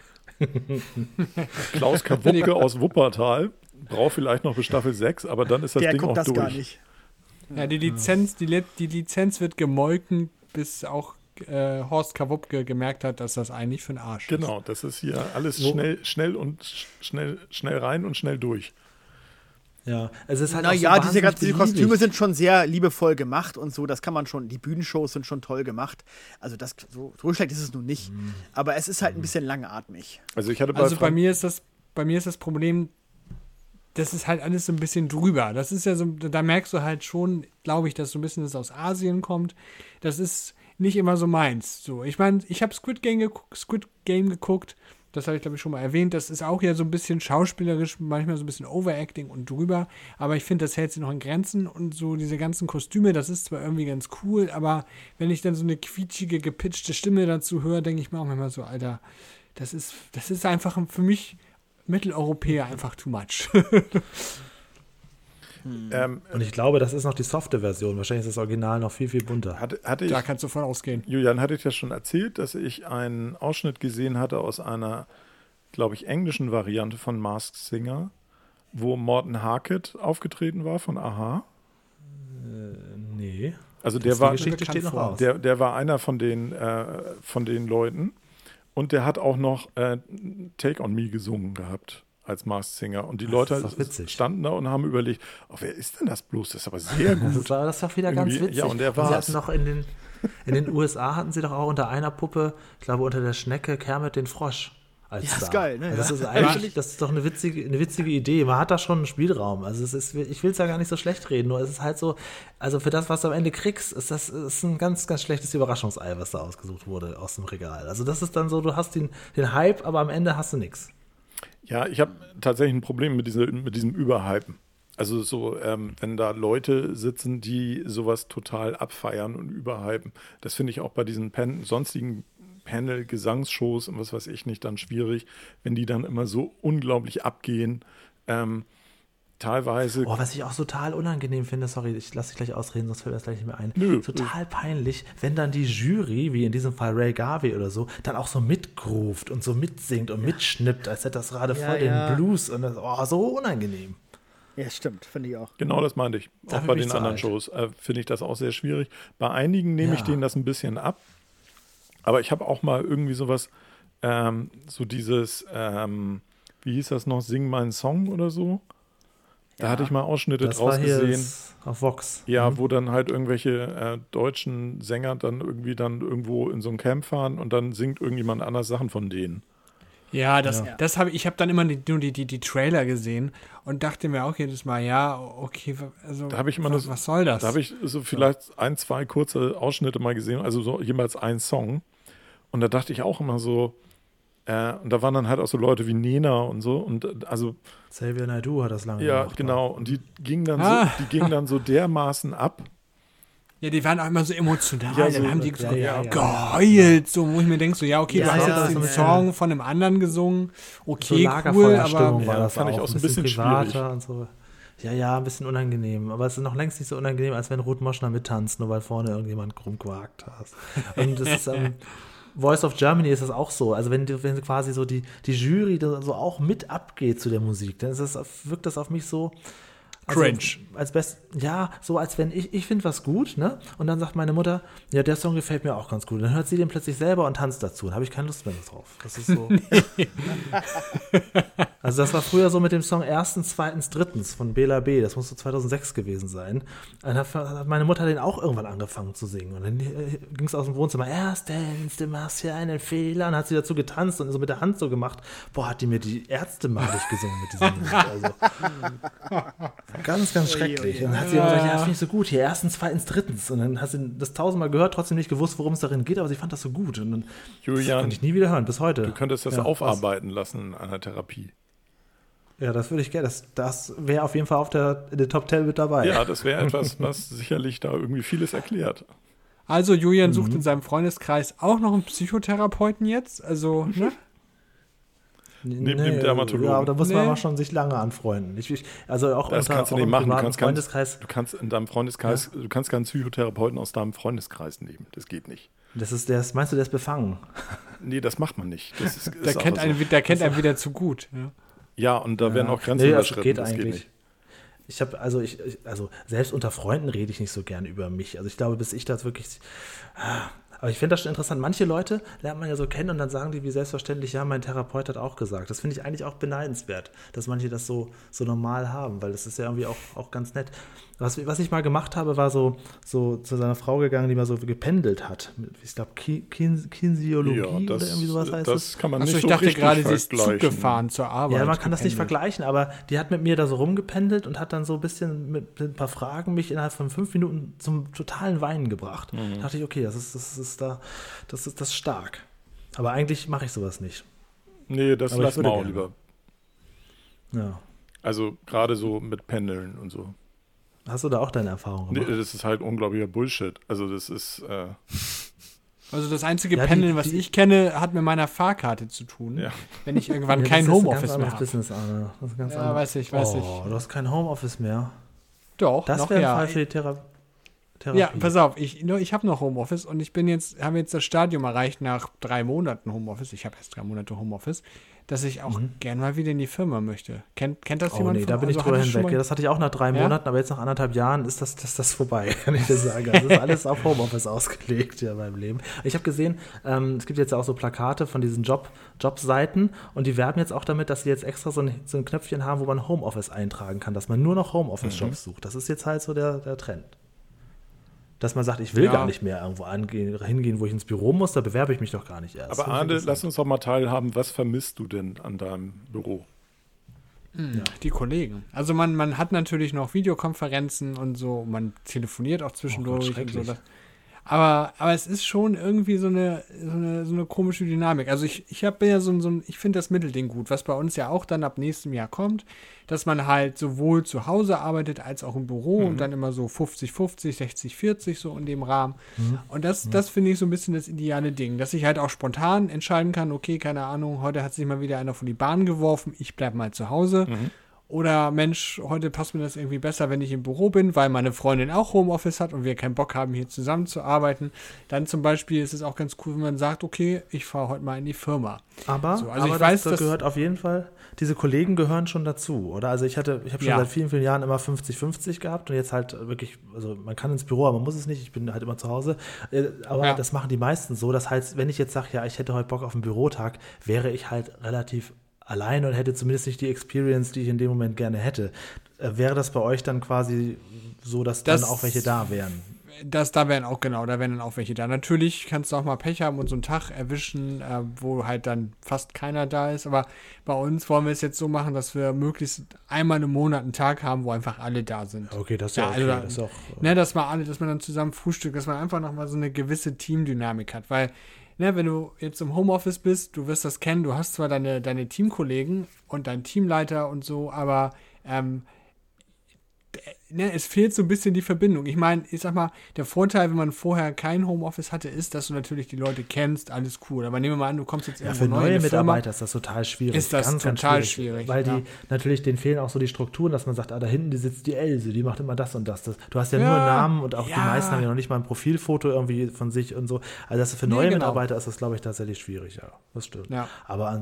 Klaus Kawucke aus Wuppertal braucht vielleicht noch bis Staffel 6, aber dann ist das Ding auch durch. Gar nicht. Ja, die Lizenz wird gemolken, bis auch Horst Kawucke gemerkt hat, dass das eigentlich für ein Arsch ist. Genau, das ist hier alles schnell rein und schnell durch. Ja, es ist halt naja, so diese Kostüme sind schon sehr liebevoll gemacht und so, das kann man schon, die Bühnenshows sind schon toll gemacht. Also das so schlecht ist es nun nicht, aber es ist halt ein bisschen langatmig. Also bei mir ist das Problem, das ist halt alles so ein bisschen drüber. Das ist ja so, da merkst du halt schon, glaube ich, dass so ein bisschen das aus Asien kommt. Das ist nicht immer so meins. So, ich meine, ich habe Squid Game geguckt. Das habe ich, glaube ich, schon mal erwähnt. Das ist auch ja so ein bisschen schauspielerisch, manchmal so ein bisschen Overacting und drüber. Aber ich finde, das hält sich noch in Grenzen. Und so diese ganzen Kostüme, das ist zwar irgendwie ganz cool, aber wenn ich dann so eine quietschige, gepitchte Stimme dazu höre, denke ich mir auch manchmal so, Alter, das ist einfach für mich Mitteleuropäer einfach too much. Und ich glaube, das ist noch die softe Version. Wahrscheinlich ist das Original noch viel, viel bunter. Da kannst du von ausgehen. Julian, hatte ich das schon erzählt, dass ich einen Ausschnitt gesehen hatte aus einer, glaube ich, englischen Variante von Masked Singer, wo Morten Harket aufgetreten war von a-ha? Nee. Also der war, die Geschichte steht noch aus. Der war einer von den Leuten und der hat auch noch Take on Me gesungen gehabt als Masked Singer. Und die Leute standen da und haben überlegt, wer ist denn das bloß? Das ist aber sehr gut. Das war doch wieder ganz witzig. Ja, und der war es. Noch in den USA hatten sie doch auch unter einer Puppe, ich glaube unter der Schnecke, Kermit den Frosch als Star. Ist geil, ne? Das ist eigentlich, das ist doch eine witzige Idee. Man hat da schon einen Spielraum. Also ich will es ja gar nicht so schlecht reden, nur es ist halt so, also für das, was du am Ende kriegst, ist ein ganz, ganz schlechtes Überraschungsei, was da ausgesucht wurde aus dem Regal. Also das ist dann so, du hast den Hype, aber am Ende hast du nichts. Ja, ich habe tatsächlich ein Problem mit diesem Überhypen. Also so, wenn da Leute sitzen, die sowas total abfeiern und überhypen. Das finde ich auch bei diesen sonstigen Panel-Gesangsshows und was weiß ich nicht dann schwierig, wenn die dann immer so unglaublich abgehen. Teilweise. Was ich auch total unangenehm finde, sorry, ich lasse dich gleich ausreden, sonst fällt das gleich nicht mehr ein. Total peinlich, wenn dann die Jury, wie in diesem Fall Ray Garvey oder so, dann auch so mitgroovt und so mitsingt und mitschnippt, als hätte das gerade voll den Blues und das, so unangenehm. Ja, stimmt, finde ich auch. Genau das meinte ich. Auch bei den anderen Shows finde ich das auch sehr schwierig. Bei einigen nehme ich denen das ein bisschen ab. Aber ich habe auch mal irgendwie sowas, so dieses, wie hieß das noch, Sing meinen Song oder so? Da hatte ich mal Ausschnitte draus gesehen. Auf Vox. Ja, wo dann halt irgendwelche deutschen Sänger dann irgendwo in so ein Camp fahren und dann singt irgendjemand anders Sachen von denen. Ja, ich habe dann immer nur die Trailer gesehen und dachte mir auch jedes Mal, ja, okay, also da ich immer was soll das? Da habe ich so vielleicht 1, 2 kurze Ausschnitte mal gesehen, also so jemals ein Song. Und da dachte ich auch immer so, und da waren dann halt auch so Leute wie Nena und so und also Xavier Naidoo hat das lange gemacht. Ja, genau. Und die gingen dann so dermaßen ab. Ja, die waren auch immer so emotional. Ja, dann haben die geheult, so, wo ich mir denke, so, ja, okay, du hast jetzt den Song von einem anderen gesungen. Okay, so cool, aber war das fand ich auch so ein bisschen schwierig. Und so. Ja, ein bisschen unangenehm. Aber es ist noch längst nicht so unangenehm, als wenn Ruth Moschner mittanzt, nur weil vorne irgendjemand rumquakt hat. Und das ist Voice of Germany ist das auch so. Also wenn quasi so die Jury da so auch mit abgeht zu der Musik, dann wirkt das auf mich so Cringe. So als wenn ich finde was gut, ne? Und dann sagt meine Mutter, ja, der Song gefällt mir auch ganz gut. Und dann hört sie den plötzlich selber und tanzt dazu. Und habe ich keine Lust mehr drauf. Das ist so. Also das war früher so mit dem Song Erstens, Zweitens, Drittens von Bela B. Das muss so 2006 gewesen sein. Dann hat meine Mutter den auch irgendwann angefangen zu singen. Und dann ging es aus dem Wohnzimmer, erstens, du machst hier einen Fehler. Und hat sie dazu getanzt und so mit der Hand so gemacht. Boah, hat die mir die Ärzte malig gesungen mit dieser Musik. Also ganz, ganz schrecklich. Und dann hat sie immer gesagt, ja, das finde ich so gut. Hier, erstens, zweitens, drittens. Und dann hat sie das tausendmal gehört, trotzdem nicht gewusst, worum es darin geht, aber sie fand das so gut. Und dann Julian, konnte ich nie wieder hören, bis heute. Du könntest das aufarbeiten lassen in einer Therapie. Ja, das würde ich gerne. Das wäre auf jeden Fall in der Top 10 mit dabei. Ja, das wäre etwas, was sicherlich da irgendwie vieles erklärt. Also Julian sucht in seinem Freundeskreis auch noch einen Psychotherapeuten jetzt. Also, ne? Neben dem Dermatologen. Ja, aber da muss man aber schon sich lange anfreunden. Also auch das kannst du nicht machen. Du kannst in deinem Freundeskreis, ja. Du kannst keinen Psychotherapeuten aus deinem Freundeskreis nehmen. Das geht nicht. Meinst du, der ist befangen? Nee, das macht man nicht. Der kennt einen wieder zu gut. Ja, und da werden auch Grenzen überschritten. Das geht nicht. Also selbst unter Freunden rede ich nicht so gern über mich. Also ich glaube, bis ich das wirklich. Aber ich finde das schon interessant. Manche Leute lernt man ja so kennen und dann sagen die wie selbstverständlich, ja, mein Therapeut hat auch gesagt. Das finde ich eigentlich auch beneidenswert, dass manche das so normal haben, weil das ist ja irgendwie auch ganz nett. Was ich mal gemacht habe, war so zu seiner Frau gegangen, die mal so gependelt hat. Ich glaube, Kinesiologie oder irgendwie sowas heißt das. Das kann man nicht so ich dachte richtig gerade, sie ist vergleichen. Zug gefahren zur Arbeit. Ja, man kann das nicht vergleichen, aber die hat mit mir da so rumgependelt und hat dann so ein bisschen mit ein paar Fragen mich innerhalb von 5 Minuten zum totalen Weinen gebracht. Da dachte ich, okay, das ist stark. Aber eigentlich mache ich sowas nicht. Nee, das lass mal auch lieber. Ja. Also gerade so mit Pendeln und so. Hast du da auch deine Erfahrungen gemacht? Nee, das ist halt unglaublicher Bullshit. Also das ist Also das einzige Pendeln, was ich kenne, hat mit meiner Fahrkarte zu tun. Ja. Wenn ich irgendwann kein Homeoffice mehr habe. Business, Arne. Das ist ganz weiß ich. Du hast kein Homeoffice mehr. Doch, das wäre ein Fall für die Therapie. Ja, pass auf, ich habe noch Homeoffice und habe jetzt das Stadium erreicht nach 3 Monaten Homeoffice. Ich habe erst 3 Monate Homeoffice, dass ich auch gern mal wieder in die Firma möchte. Kennt das jemand? Nee, da bin ich drüber hinweg. Ja, das hatte ich auch nach 3 Monaten, aber jetzt nach 1,5 Jahren ist das vorbei, kann ich dir sagen. Das ist alles auf Homeoffice ausgelegt ja, beim Leben. Ich habe gesehen, es gibt jetzt auch so Plakate von diesen Jobseiten und die werben jetzt auch damit, dass sie jetzt extra so ein Knöpfchen haben, wo man Homeoffice eintragen kann, dass man nur noch Homeoffice-Jobs sucht. Das ist jetzt halt so der Trend. Dass man sagt, ich will gar nicht mehr irgendwo hingehen, wo ich ins Büro muss, da bewerbe ich mich doch gar nicht erst. Aber Arne, lass uns doch mal teilhaben, was vermisst du denn an deinem Büro? Die Kollegen. Also man hat natürlich noch Videokonferenzen und so, man telefoniert auch zwischendurch und so. Aber es ist schon irgendwie so eine komische Dynamik. Also ich habe ja ich finde das Mittelding gut, was bei uns ja auch dann ab nächstem Jahr kommt, dass man halt sowohl zu Hause arbeitet als auch im Büro und dann immer so 50-50, 60-40 so in dem Rahmen. Und das finde ich so ein bisschen das ideale Ding, dass ich halt auch spontan entscheiden kann, okay, keine Ahnung, heute hat sich mal wieder einer von die Bahn geworfen, ich bleib mal zu Hause. Oder Mensch, heute passt mir das irgendwie besser, wenn ich im Büro bin, weil meine Freundin auch Homeoffice hat und wir keinen Bock haben, hier zusammenzuarbeiten. Dann zum Beispiel ist es auch ganz cool, wenn man sagt, okay, ich fahre heute mal in die Firma. Aber ich weiß, das gehört auf jeden Fall, diese Kollegen gehören schon dazu, oder? Also ich habe schon seit vielen, vielen Jahren immer 50-50 gehabt und jetzt halt wirklich, also man kann ins Büro, aber man muss es nicht, ich bin halt immer zu Hause. Aber das machen die meisten so. Das heißt, wenn ich jetzt sage, ja, ich hätte heute Bock auf einen Bürotag, wäre ich halt relativ alleine und hätte zumindest nicht die Experience, die ich in dem Moment gerne hätte. Wäre das bei euch dann quasi so, dass dann auch welche da wären? Da wären dann auch welche da. Natürlich kannst du auch mal Pech haben und so einen Tag erwischen, wo halt dann fast keiner da ist. Aber bei uns wollen wir es jetzt so machen, dass wir möglichst einmal im Monat einen Tag haben, wo einfach alle da sind. Okay, das ist ja okay. Also, dass man dann zusammen frühstückt, dass man einfach nochmal so eine gewisse Teamdynamik hat. Weil wenn du jetzt im Homeoffice bist, du wirst das kennen, du hast zwar deine Teamkollegen und deinen Teamleiter und so, aber es fehlt so ein bisschen die Verbindung. Ich meine, ich sag mal, der Vorteil, wenn man vorher kein Homeoffice hatte, ist, dass du natürlich die Leute kennst, alles cool. Aber nehmen wir mal an, du kommst jetzt irgendwo für neu in neue eine Firma. Mitarbeiter ist das total schwierig. Ist das total schwierig, Weil ja. die natürlich, denen fehlen auch so die Strukturen, dass man sagt, da hinten die sitzt die Else, die macht immer das und das. Du hast ja nur einen Namen und auch die meisten haben ja noch nicht mal ein Profilfoto irgendwie von sich und so. Also das für neue Mitarbeiter ist das, glaube ich, tatsächlich schwierig, ja. Das stimmt. Ja. Aber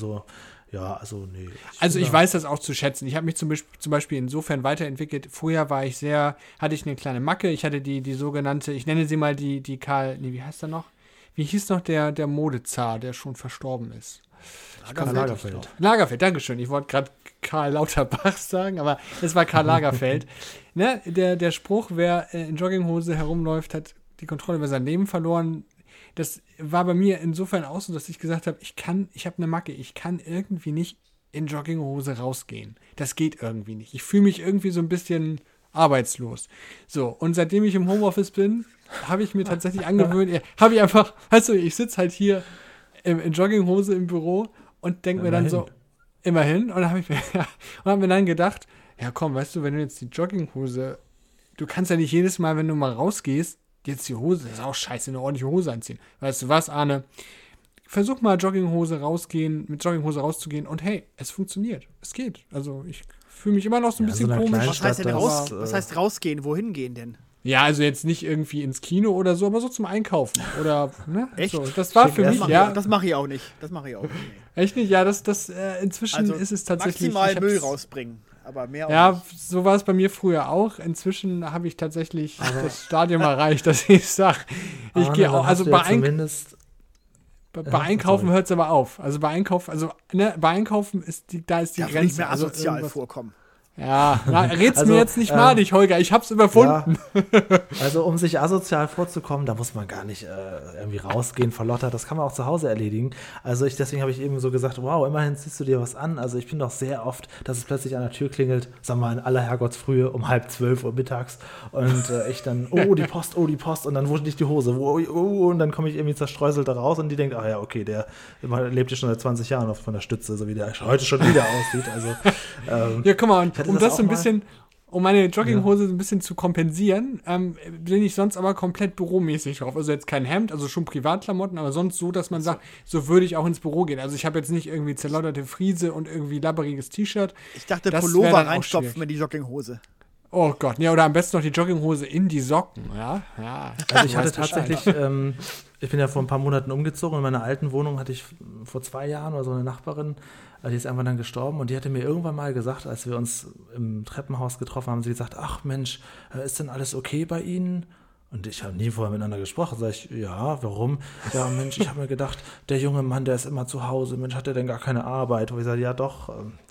nee. Ich weiß das auch zu schätzen. Ich habe mich zum Beispiel insofern weiterentwickelt. Vorher hatte ich eine kleine Macke. Ich hatte die sogenannte, ich nenne sie mal die wie heißt er noch? Wie hieß noch der Modezar, der schon verstorben ist? Karl Lagerfeld. Lagerfeld, Dankeschön. Ich wollte gerade Karl Lauterbach sagen, aber es war Karl Lagerfeld. Ne? Der Spruch, wer in Jogginghose herumläuft, hat die Kontrolle über sein Leben verloren. Das war bei mir insofern auch so, dass ich gesagt habe, ich habe eine Macke, ich kann irgendwie nicht in Jogginghose rausgehen. Das geht irgendwie nicht. Ich fühle mich irgendwie so ein bisschen arbeitslos. So, und seitdem ich im Homeoffice bin, habe ich mir tatsächlich angewöhnt, habe ich einfach, ich sitze halt hier in Jogginghose im Büro und denke mir dann so, immerhin, und habe mir dann gedacht, ja komm, weißt du, wenn du jetzt die Jogginghose, du kannst ja nicht jedes Mal, wenn du mal rausgehst, jetzt die Hose, das ist auch scheiße, eine ordentliche Hose anziehen. Weißt du was, Arne? Versuch mal mit Jogginghose rauszugehen und hey, es funktioniert. Es geht. Also ich fühle mich immer noch so ein bisschen komisch. Was heißt denn was heißt rausgehen? Wohin gehen denn? Ja, also jetzt nicht irgendwie ins Kino oder so, aber so zum Einkaufen. Oder, ne? Echt? So, das war für mich, ja. Das mache ich auch nicht. Echt nicht? Ja, inzwischen ist es tatsächlich. Maximal Müll rausbringen. Aber mehr auch ja, nicht. so war es bei mir früher auch. Inzwischen habe ich tatsächlich das Stadium erreicht, dass ich sage, ich gehe auch, also bei Einkaufen hört es aber auf. Also bei Einkaufen ist die Grenze. Nicht mehr also asozial vorkommen. Ja, red's mir jetzt nicht malig, Holger, ich hab's überfunden. Ja, also um sich asozial vorzukommen, da muss man gar nicht irgendwie rausgehen vor Lotter, das kann man auch zu Hause erledigen. Also deswegen habe ich eben so gesagt, wow, immerhin ziehst du dir was an. Also ich bin doch sehr oft, dass es plötzlich an der Tür klingelt, sagen wir mal in aller Herrgottsfrühe um 11:30 Uhr mittags und ich dann, die Post, und dann wurde nicht die Hose, und dann komme ich irgendwie zerstreuselt da raus und die denkt, ja okay, der lebt ja schon seit 20 Jahren von der Stütze, so wie der heute schon wieder aussieht. Also ja, guck mal, um meine Jogginghose ein bisschen zu kompensieren, bin ich sonst aber komplett büromäßig drauf. Also jetzt kein Hemd, also schon Privatklamotten, aber sonst so, dass man sagt, so würde ich auch ins Büro gehen. Also ich habe jetzt nicht irgendwie zerlotterte Friese und irgendwie labberiges T-Shirt. Ich dachte, Pullover reinstopfen in die Jogginghose. Oh Gott, ja, oder am besten noch die Jogginghose in die Socken, ja. Also ich hatte tatsächlich, ich bin ja vor ein paar Monaten umgezogen. In meiner alten Wohnung hatte ich vor 2 Jahren oder so eine Nachbarin, die ist irgendwann dann gestorben und die hatte mir irgendwann mal gesagt, als wir uns im Treppenhaus getroffen haben, sie gesagt, ach Mensch, ist denn alles okay bei Ihnen? Und ich habe nie vorher miteinander gesprochen. Sag ich, ja, warum? Ja, Mensch, ich habe mir gedacht, der junge Mann, der ist immer zu Hause. Mensch, hat er denn gar keine Arbeit? Wo ich sage, ja doch,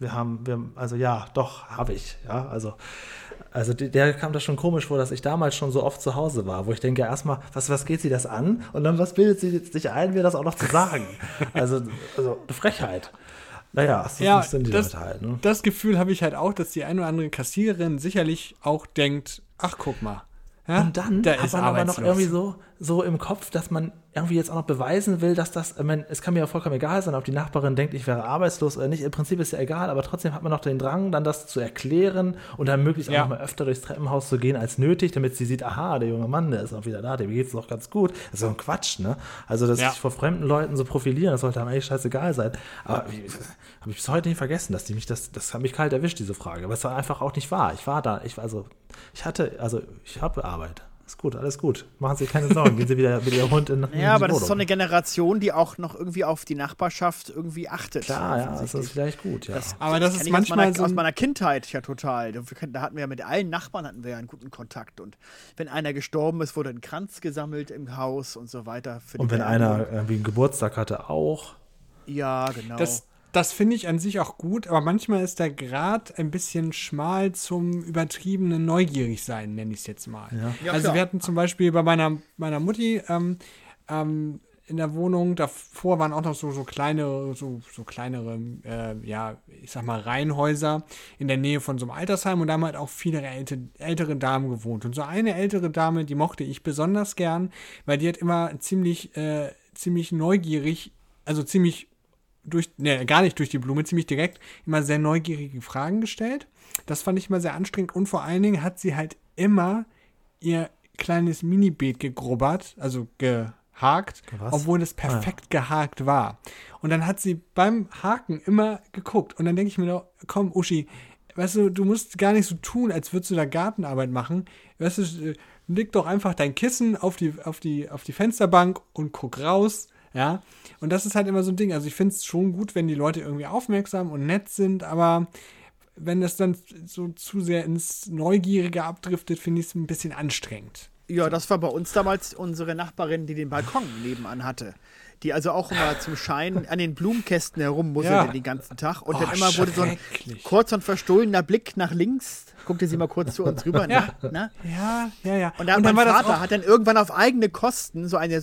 habe ich. Ja, also der kam das schon komisch vor, dass ich damals schon so oft zu Hause war, wo ich denke, erstmal, was geht sie das an? Und dann, was bildet sie sich ein, mir das auch noch zu sagen? Also eine Frechheit. Naja, das sind die Leute halt. Ne? Das Gefühl habe ich halt auch, dass die eine oder andere Kassiererin sicherlich auch denkt, ach, guck mal. Ja, und dann hat man aber noch irgendwie so im Kopf, dass man irgendwie jetzt auch noch beweisen will, dass das, es kann mir ja vollkommen egal sein, ob die Nachbarin denkt, ich wäre arbeitslos oder nicht. Im Prinzip ist ja egal, aber trotzdem hat man noch den Drang, dann das zu erklären und dann möglichst auch noch mal öfter durchs Treppenhaus zu gehen als nötig, damit sie sieht, aha, der junge Mann, der ist auch wieder da, dem geht's doch ganz gut. Das ist so ein Quatsch, ne? Also, dass sich vor fremden Leuten so profilieren, das sollte einem eigentlich scheißegal sein. Aber habe ich bis heute nicht vergessen, dass das hat mich kalt erwischt, diese Frage. Aber es war einfach auch nicht wahr. Ich war da, ich habe Arbeit. Ist gut, alles gut. Machen Sie sich keine Sorgen. Gehen Sie wieder mit Ihrem Hund in Ja, aber das ist so eine Generation, die auch noch irgendwie auf die Nachbarschaft irgendwie achtet. Klar, ja, das ist vielleicht gut, ja. Aber das ist manchmal aus meiner Kindheit ja total. Da hatten wir ja mit allen Nachbarn einen guten Kontakt. Und wenn einer gestorben ist, wurde ein Kranz gesammelt im Haus und so weiter. Und wenn einer irgendwie einen Geburtstag hatte, auch. Ja, genau. Das finde ich an sich auch gut, aber manchmal ist der Grad ein bisschen schmal zum übertriebenen Neugierigsein, nenne ich es jetzt mal. Ja, also klar. wir hatten zum Beispiel bei meiner Mutti in der Wohnung, davor waren auch noch so kleinere, ich sag mal Reihenhäuser in der Nähe von so einem Altersheim und da haben halt auch viele ältere Damen gewohnt. Und so eine ältere Dame, die mochte ich besonders gern, weil die hat immer ziemlich neugierig, also ziemlich gar nicht durch die Blume, ziemlich direkt, immer sehr neugierige Fragen gestellt. Das fand ich immer sehr anstrengend und vor allen Dingen hat sie halt immer ihr kleines Mini-Beet gegrubbert, also gehakt, obwohl das perfekt gehakt war. Und dann hat sie beim Haken immer geguckt und dann denke ich mir doch, komm Uschi, weißt du, du musst gar nicht so tun, als würdest du da Gartenarbeit machen. Weißt du, leg doch einfach dein Kissen auf die Fensterbank und guck raus, ja. Und das ist halt immer so ein Ding. Also ich finde es schon gut, wenn die Leute irgendwie aufmerksam und nett sind, aber wenn das dann so zu sehr ins Neugierige abdriftet, finde ich es ein bisschen anstrengend. Ja, das war bei uns damals unsere Nachbarin, die den Balkon nebenan hatte. Die also auch immer zum Schein an den Blumenkästen herummusselte den ganzen Tag. Und dann immer wurde so ein kurz und verstohlener Blick nach links. Guckte sie mal kurz zu uns rüber. Ja. Na? Ja. Und dann mein Vater hat dann irgendwann auf eigene Kosten so eine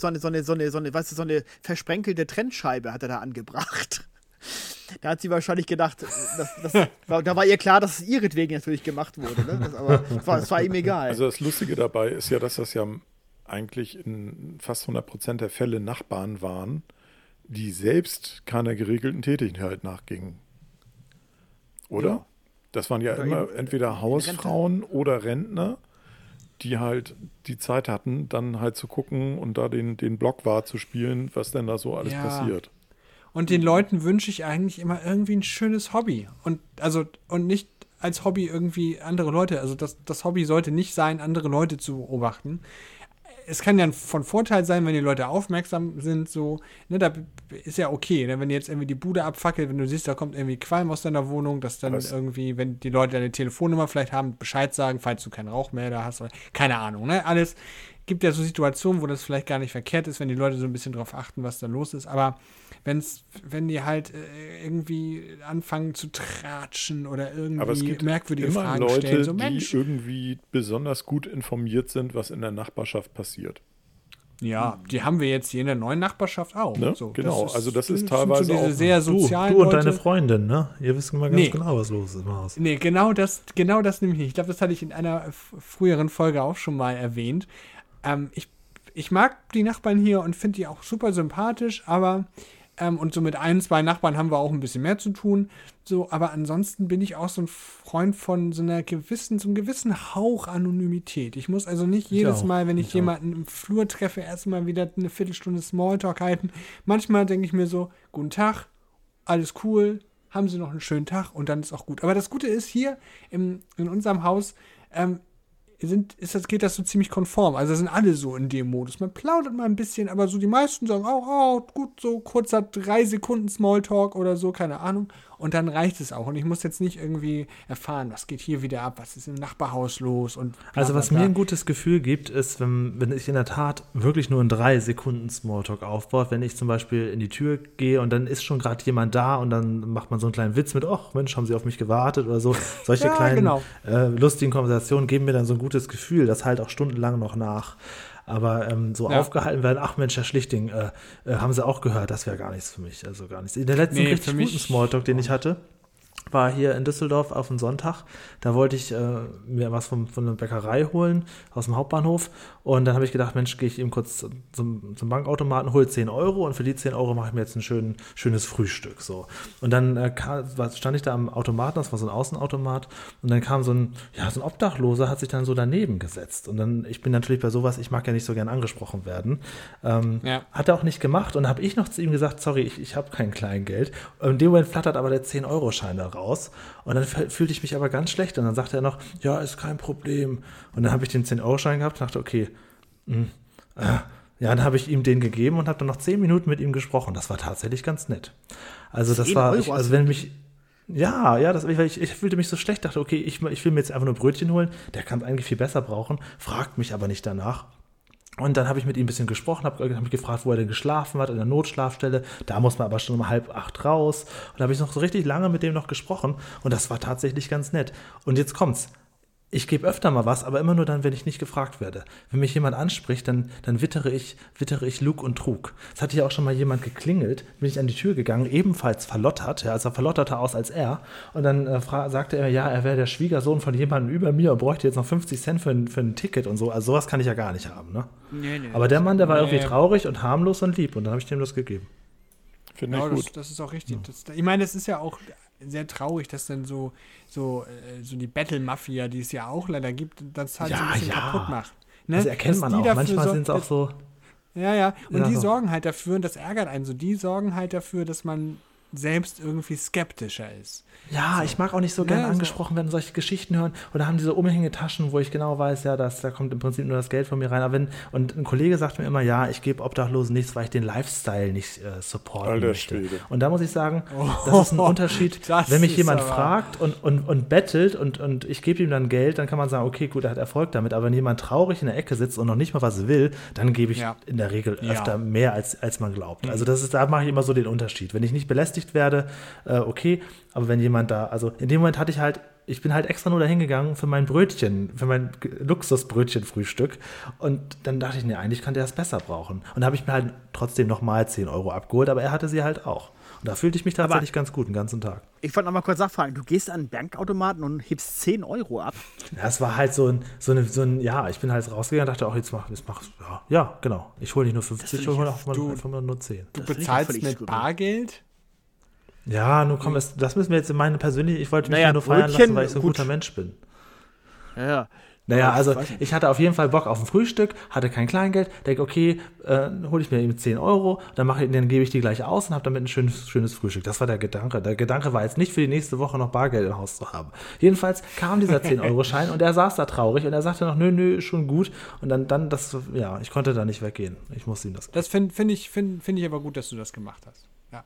versprenkelte Trennscheibe hat er da angebracht. Da hat sie wahrscheinlich gedacht, da war ihr klar, dass es ihretwegen natürlich gemacht wurde. Ne? Aber es war ihm egal. Also das Lustige dabei ist ja, dass das ja eigentlich in fast 100% der Fälle Nachbarn waren, die selbst keiner geregelten Tätigkeit nachgingen. Oder? Ja. Das waren ja immer entweder Hausfrauen oder Rentner, die halt die Zeit hatten, dann halt zu gucken und da den Block wahrzuspielen, was denn da so alles passiert. Und den Leuten wünsche ich eigentlich immer irgendwie ein schönes Hobby. Und nicht als Hobby irgendwie andere Leute. Also das Hobby sollte nicht sein, andere Leute zu beobachten. Es kann ja von Vorteil sein, wenn die Leute aufmerksam sind, so, ne, da ist ja okay, ne, wenn du jetzt irgendwie die Bude abfackelt, wenn du siehst, da kommt irgendwie Qualm aus deiner Wohnung, dass dann irgendwie, wenn die Leute deine Telefonnummer vielleicht haben, Bescheid sagen, falls du keinen Rauchmelder hast, oder keine Ahnung, ne, alles. Gibt ja so Situationen, wo das vielleicht gar nicht verkehrt ist, wenn die Leute so ein bisschen drauf achten, was da los ist, aber wenn die halt irgendwie anfangen zu tratschen oder irgendwie merkwürdige Fragen Leute, stellen, so Mensch. Die irgendwie besonders gut informiert sind, was in der Nachbarschaft passiert. Ja, die haben wir jetzt hier in der neuen Nachbarschaft auch. Ne? So, genau, das ist teilweise so diese auch sehr sozialen du und Leute. deine Freundin, ne? Ihr wisst immer ganz genau, was los ist im Haus. Nee, genau das nämlich nicht. Ich glaube, das hatte ich in einer früheren Folge auch schon mal erwähnt. Ich mag die Nachbarn hier und finde die auch super sympathisch, aber und so mit 1, 2 Nachbarn haben wir auch ein bisschen mehr zu tun. So, aber ansonsten bin ich auch so ein Freund von so einem gewissen Hauch Anonymität. Ich muss also nicht jedes Mal, wenn ich jemanden im Flur treffe, erstmal wieder eine Viertelstunde Smalltalk halten. Manchmal denke ich mir so, guten Tag, alles cool, haben Sie noch einen schönen Tag und dann ist auch gut. Aber das Gute ist hier in unserem Haus, geht das so ziemlich konform. Also sind alle so in dem Modus. Man plaudert mal ein bisschen, aber so die meisten sagen auch, gut, so kurzer 3 Sekunden Smalltalk oder so, keine Ahnung. Und dann reicht es auch. Und ich muss jetzt nicht irgendwie erfahren, was geht hier wieder ab, was ist im Nachbarhaus los. Und also was mir ein gutes Gefühl gibt, ist, wenn ich in der Tat wirklich nur in 3 Sekunden Smalltalk aufbaut, wenn ich zum Beispiel in die Tür gehe und dann ist schon gerade jemand da und dann macht man so einen kleinen Witz mit, ach Mensch, haben Sie auf mich gewartet oder so. Solche kleinen lustigen Konversationen geben mir dann so ein gutes Gefühl, das halt auch stundenlang noch nach. Aber aufgehalten werden, ach Mensch, Herr Schlichting, haben Sie auch gehört, das wäre gar nichts für mich, also gar nichts. In der letzten richtig guten Smalltalk, den ich hatte, war hier in Düsseldorf auf einen Sonntag. Da wollte ich mir was von einer Bäckerei holen, aus dem Hauptbahnhof. Und dann habe ich gedacht, Mensch, gehe ich eben kurz zum Bankautomaten, hole 10 Euro und für die 10 Euro mache ich mir jetzt ein schönes Frühstück. So. Und dann stand ich da am Automaten, das war so ein Außenautomat, und dann kam so ein Obdachloser, hat sich dann so daneben gesetzt. Und dann, ich bin natürlich bei sowas, ich mag ja nicht so gern angesprochen werden. Hat er auch nicht gemacht und habe ich noch zu ihm gesagt, sorry, ich habe kein Kleingeld. Und in dem Moment flattert aber der 10-Euro-Schein da raus. Und dann fühlte ich mich aber ganz schlecht. Und dann sagte er noch, ja, ist kein Problem. Und dann habe ich den 10-Euro-Schein gehabt und dachte, okay, dann habe ich ihm den gegeben und habe dann noch 10 Minuten mit ihm gesprochen. Das war tatsächlich ganz nett. Also das war, ich fühlte mich so schlecht, dachte, okay, ich will mir jetzt einfach nur Brötchen holen. Der kann es eigentlich viel besser brauchen, fragt mich aber nicht danach. Und dann habe ich mit ihm ein bisschen gesprochen, habe mich gefragt, wo er denn geschlafen hat, in der Notschlafstelle. Da muss man aber schon um 7:30 raus. Und da habe ich noch so richtig lange mit dem noch gesprochen. Und das war tatsächlich ganz nett. Und jetzt kommt's. Ich gebe öfter mal was, aber immer nur dann, wenn ich nicht gefragt werde. Wenn mich jemand anspricht, dann wittere ich Lug und Trug. Es hatte ja auch schon mal jemand geklingelt, bin ich an die Tür gegangen, ebenfalls verlottert, ja, also verlotterter aus als er. Und dann sagte er, ja, er wäre der Schwiegersohn von jemandem über mir und bräuchte jetzt noch 50 Cent für ein Ticket und so. Also sowas kann ich ja gar nicht haben, ne? Nee, aber der Mann, der war irgendwie traurig und harmlos und lieb und dann habe ich dem das gegeben. Finde ich gut. Das ist auch richtig. Ich meine, es ist ja auch sehr traurig, dass dann so die Battle-Mafia, die es ja auch leider gibt, das halt so ein bisschen kaputt macht. Ne? Das erkennt man auch. Manchmal sind es auch so. Ja. Und Ja, die so. sorgen halt dafür, und das ärgert einen so, die sorgen halt dafür, dass man selbst irgendwie skeptischer ist. Ja, ich mag auch nicht so gern Ja, angesprochen werden, solche Geschichten hören. Oder haben diese Umhängetaschen, wo ich genau weiß, ja, da kommt im Prinzip nur das Geld von mir rein. Aber und ein Kollege sagt mir immer, ja, ich gebe Obdachlosen nichts, weil ich den Lifestyle nicht supporten Alter möchte. Schwede. Und da muss ich sagen, das ist ein Unterschied. Das Wenn mich ist jemand aber- fragt und bettelt und ich gebe ihm dann Geld, dann kann man sagen, okay, gut, er hat Erfolg damit. Aber wenn jemand traurig in der Ecke sitzt und noch nicht mal was will, dann gebe ich in der Regel öfter mehr, als man glaubt. Also da mache ich immer so den Unterschied. Wenn ich nicht belästigt werde, okay, aber wenn jemand da, also in dem Moment ich bin halt extra nur dahin gegangen für mein Brötchen, für mein Luxusbrötchen-Frühstück und dann dachte ich, nee, eigentlich kann der das besser brauchen. Und da habe ich mir halt trotzdem nochmal 10 Euro abgeholt, aber er hatte sie halt auch. Und da fühlte ich mich tatsächlich ganz gut den ganzen Tag. Ich wollte noch mal kurz nachfragen, du gehst an einen Bankautomaten und hebst 10 Euro ab? Ja, es war halt so ein, ja, ich bin halt rausgegangen und dachte, auch jetzt mach, ja, genau. Ich hole nicht nur 50, ich hole einfach mal nur 10. Du Das finde ich bezahlst völlig mit skurril. Bargeld? Ja, nun komm, das müssen wir jetzt in meine persönliche, ich wollte mich Naja, ja nur feiern Brötchen, lassen, weil ich so ein gut. guter Mensch bin. Ja. Naja, Aber also weiß nicht. ich hatte auf jeden Fall Bock auf ein Frühstück, hatte kein Kleingeld, denke, okay, hole ich mir eben 10 Euro, dann gebe ich die gleich aus und habe damit ein schönes Frühstück. Das war der Gedanke. Der Gedanke war jetzt nicht für die nächste Woche noch Bargeld im Haus zu haben. Jedenfalls kam dieser 10-Euro-Schein und er saß da traurig und er sagte noch, nö, schon gut. Und dann ich konnte da nicht weggehen. Ich musste ihm das. Das finde ich aber gut, dass du das gemacht hast. Ja.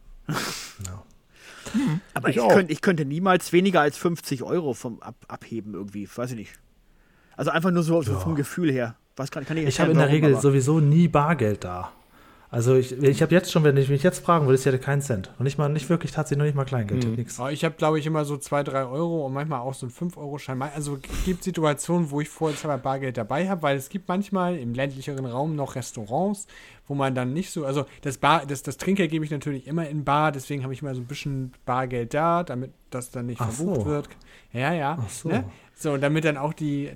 Ja. Aber Ich auch. ich könnte niemals weniger als 50 Euro abheben irgendwie, weiß ich nicht. Also einfach nur so vom Gefühl her. Was kann ich Ich habe in der Regel sowieso nie Bargeld da. Also ich habe jetzt schon, wenn ich mich jetzt fragen würde, ich hätte keinen Cent. Und nicht wirklich, tatsächlich noch nicht mal Kleingeld, nix. Aber ich habe, glaube ich, immer so 2, 3 Euro und manchmal auch so einen 5-Euro-Schein. Also es gibt Situationen, wo ich vorher Bargeld dabei habe, weil es gibt manchmal im ländlicheren Raum noch Restaurants, wo man dann nicht so, also das Trinkgeld gebe ich natürlich immer in Bar, deswegen habe ich immer so ein bisschen Bargeld da, damit das dann nicht verbucht wird. Ja. Ach so. Ne? So, und damit dann auch die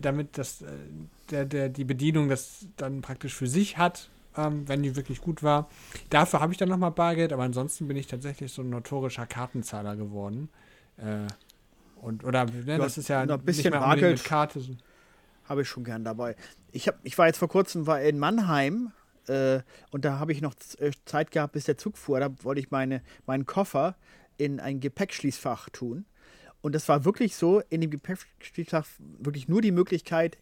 Bedienung das dann praktisch für sich hat, wenn die wirklich gut war. Dafür habe ich dann nochmal Bargeld, aber ansonsten bin ich tatsächlich so ein notorischer Kartenzahler geworden. Das ist ja ein bisschen nicht mehr unbedingt Bargeld mit Karte. habe ich schon gern dabei. Ich war jetzt vor kurzem in Mannheim und da habe ich noch Zeit gehabt, bis der Zug fuhr. Da wollte ich meinen Koffer in ein Gepäckschließfach tun. Und das war wirklich so, in dem Gepäckschließfach wirklich nur die Möglichkeit,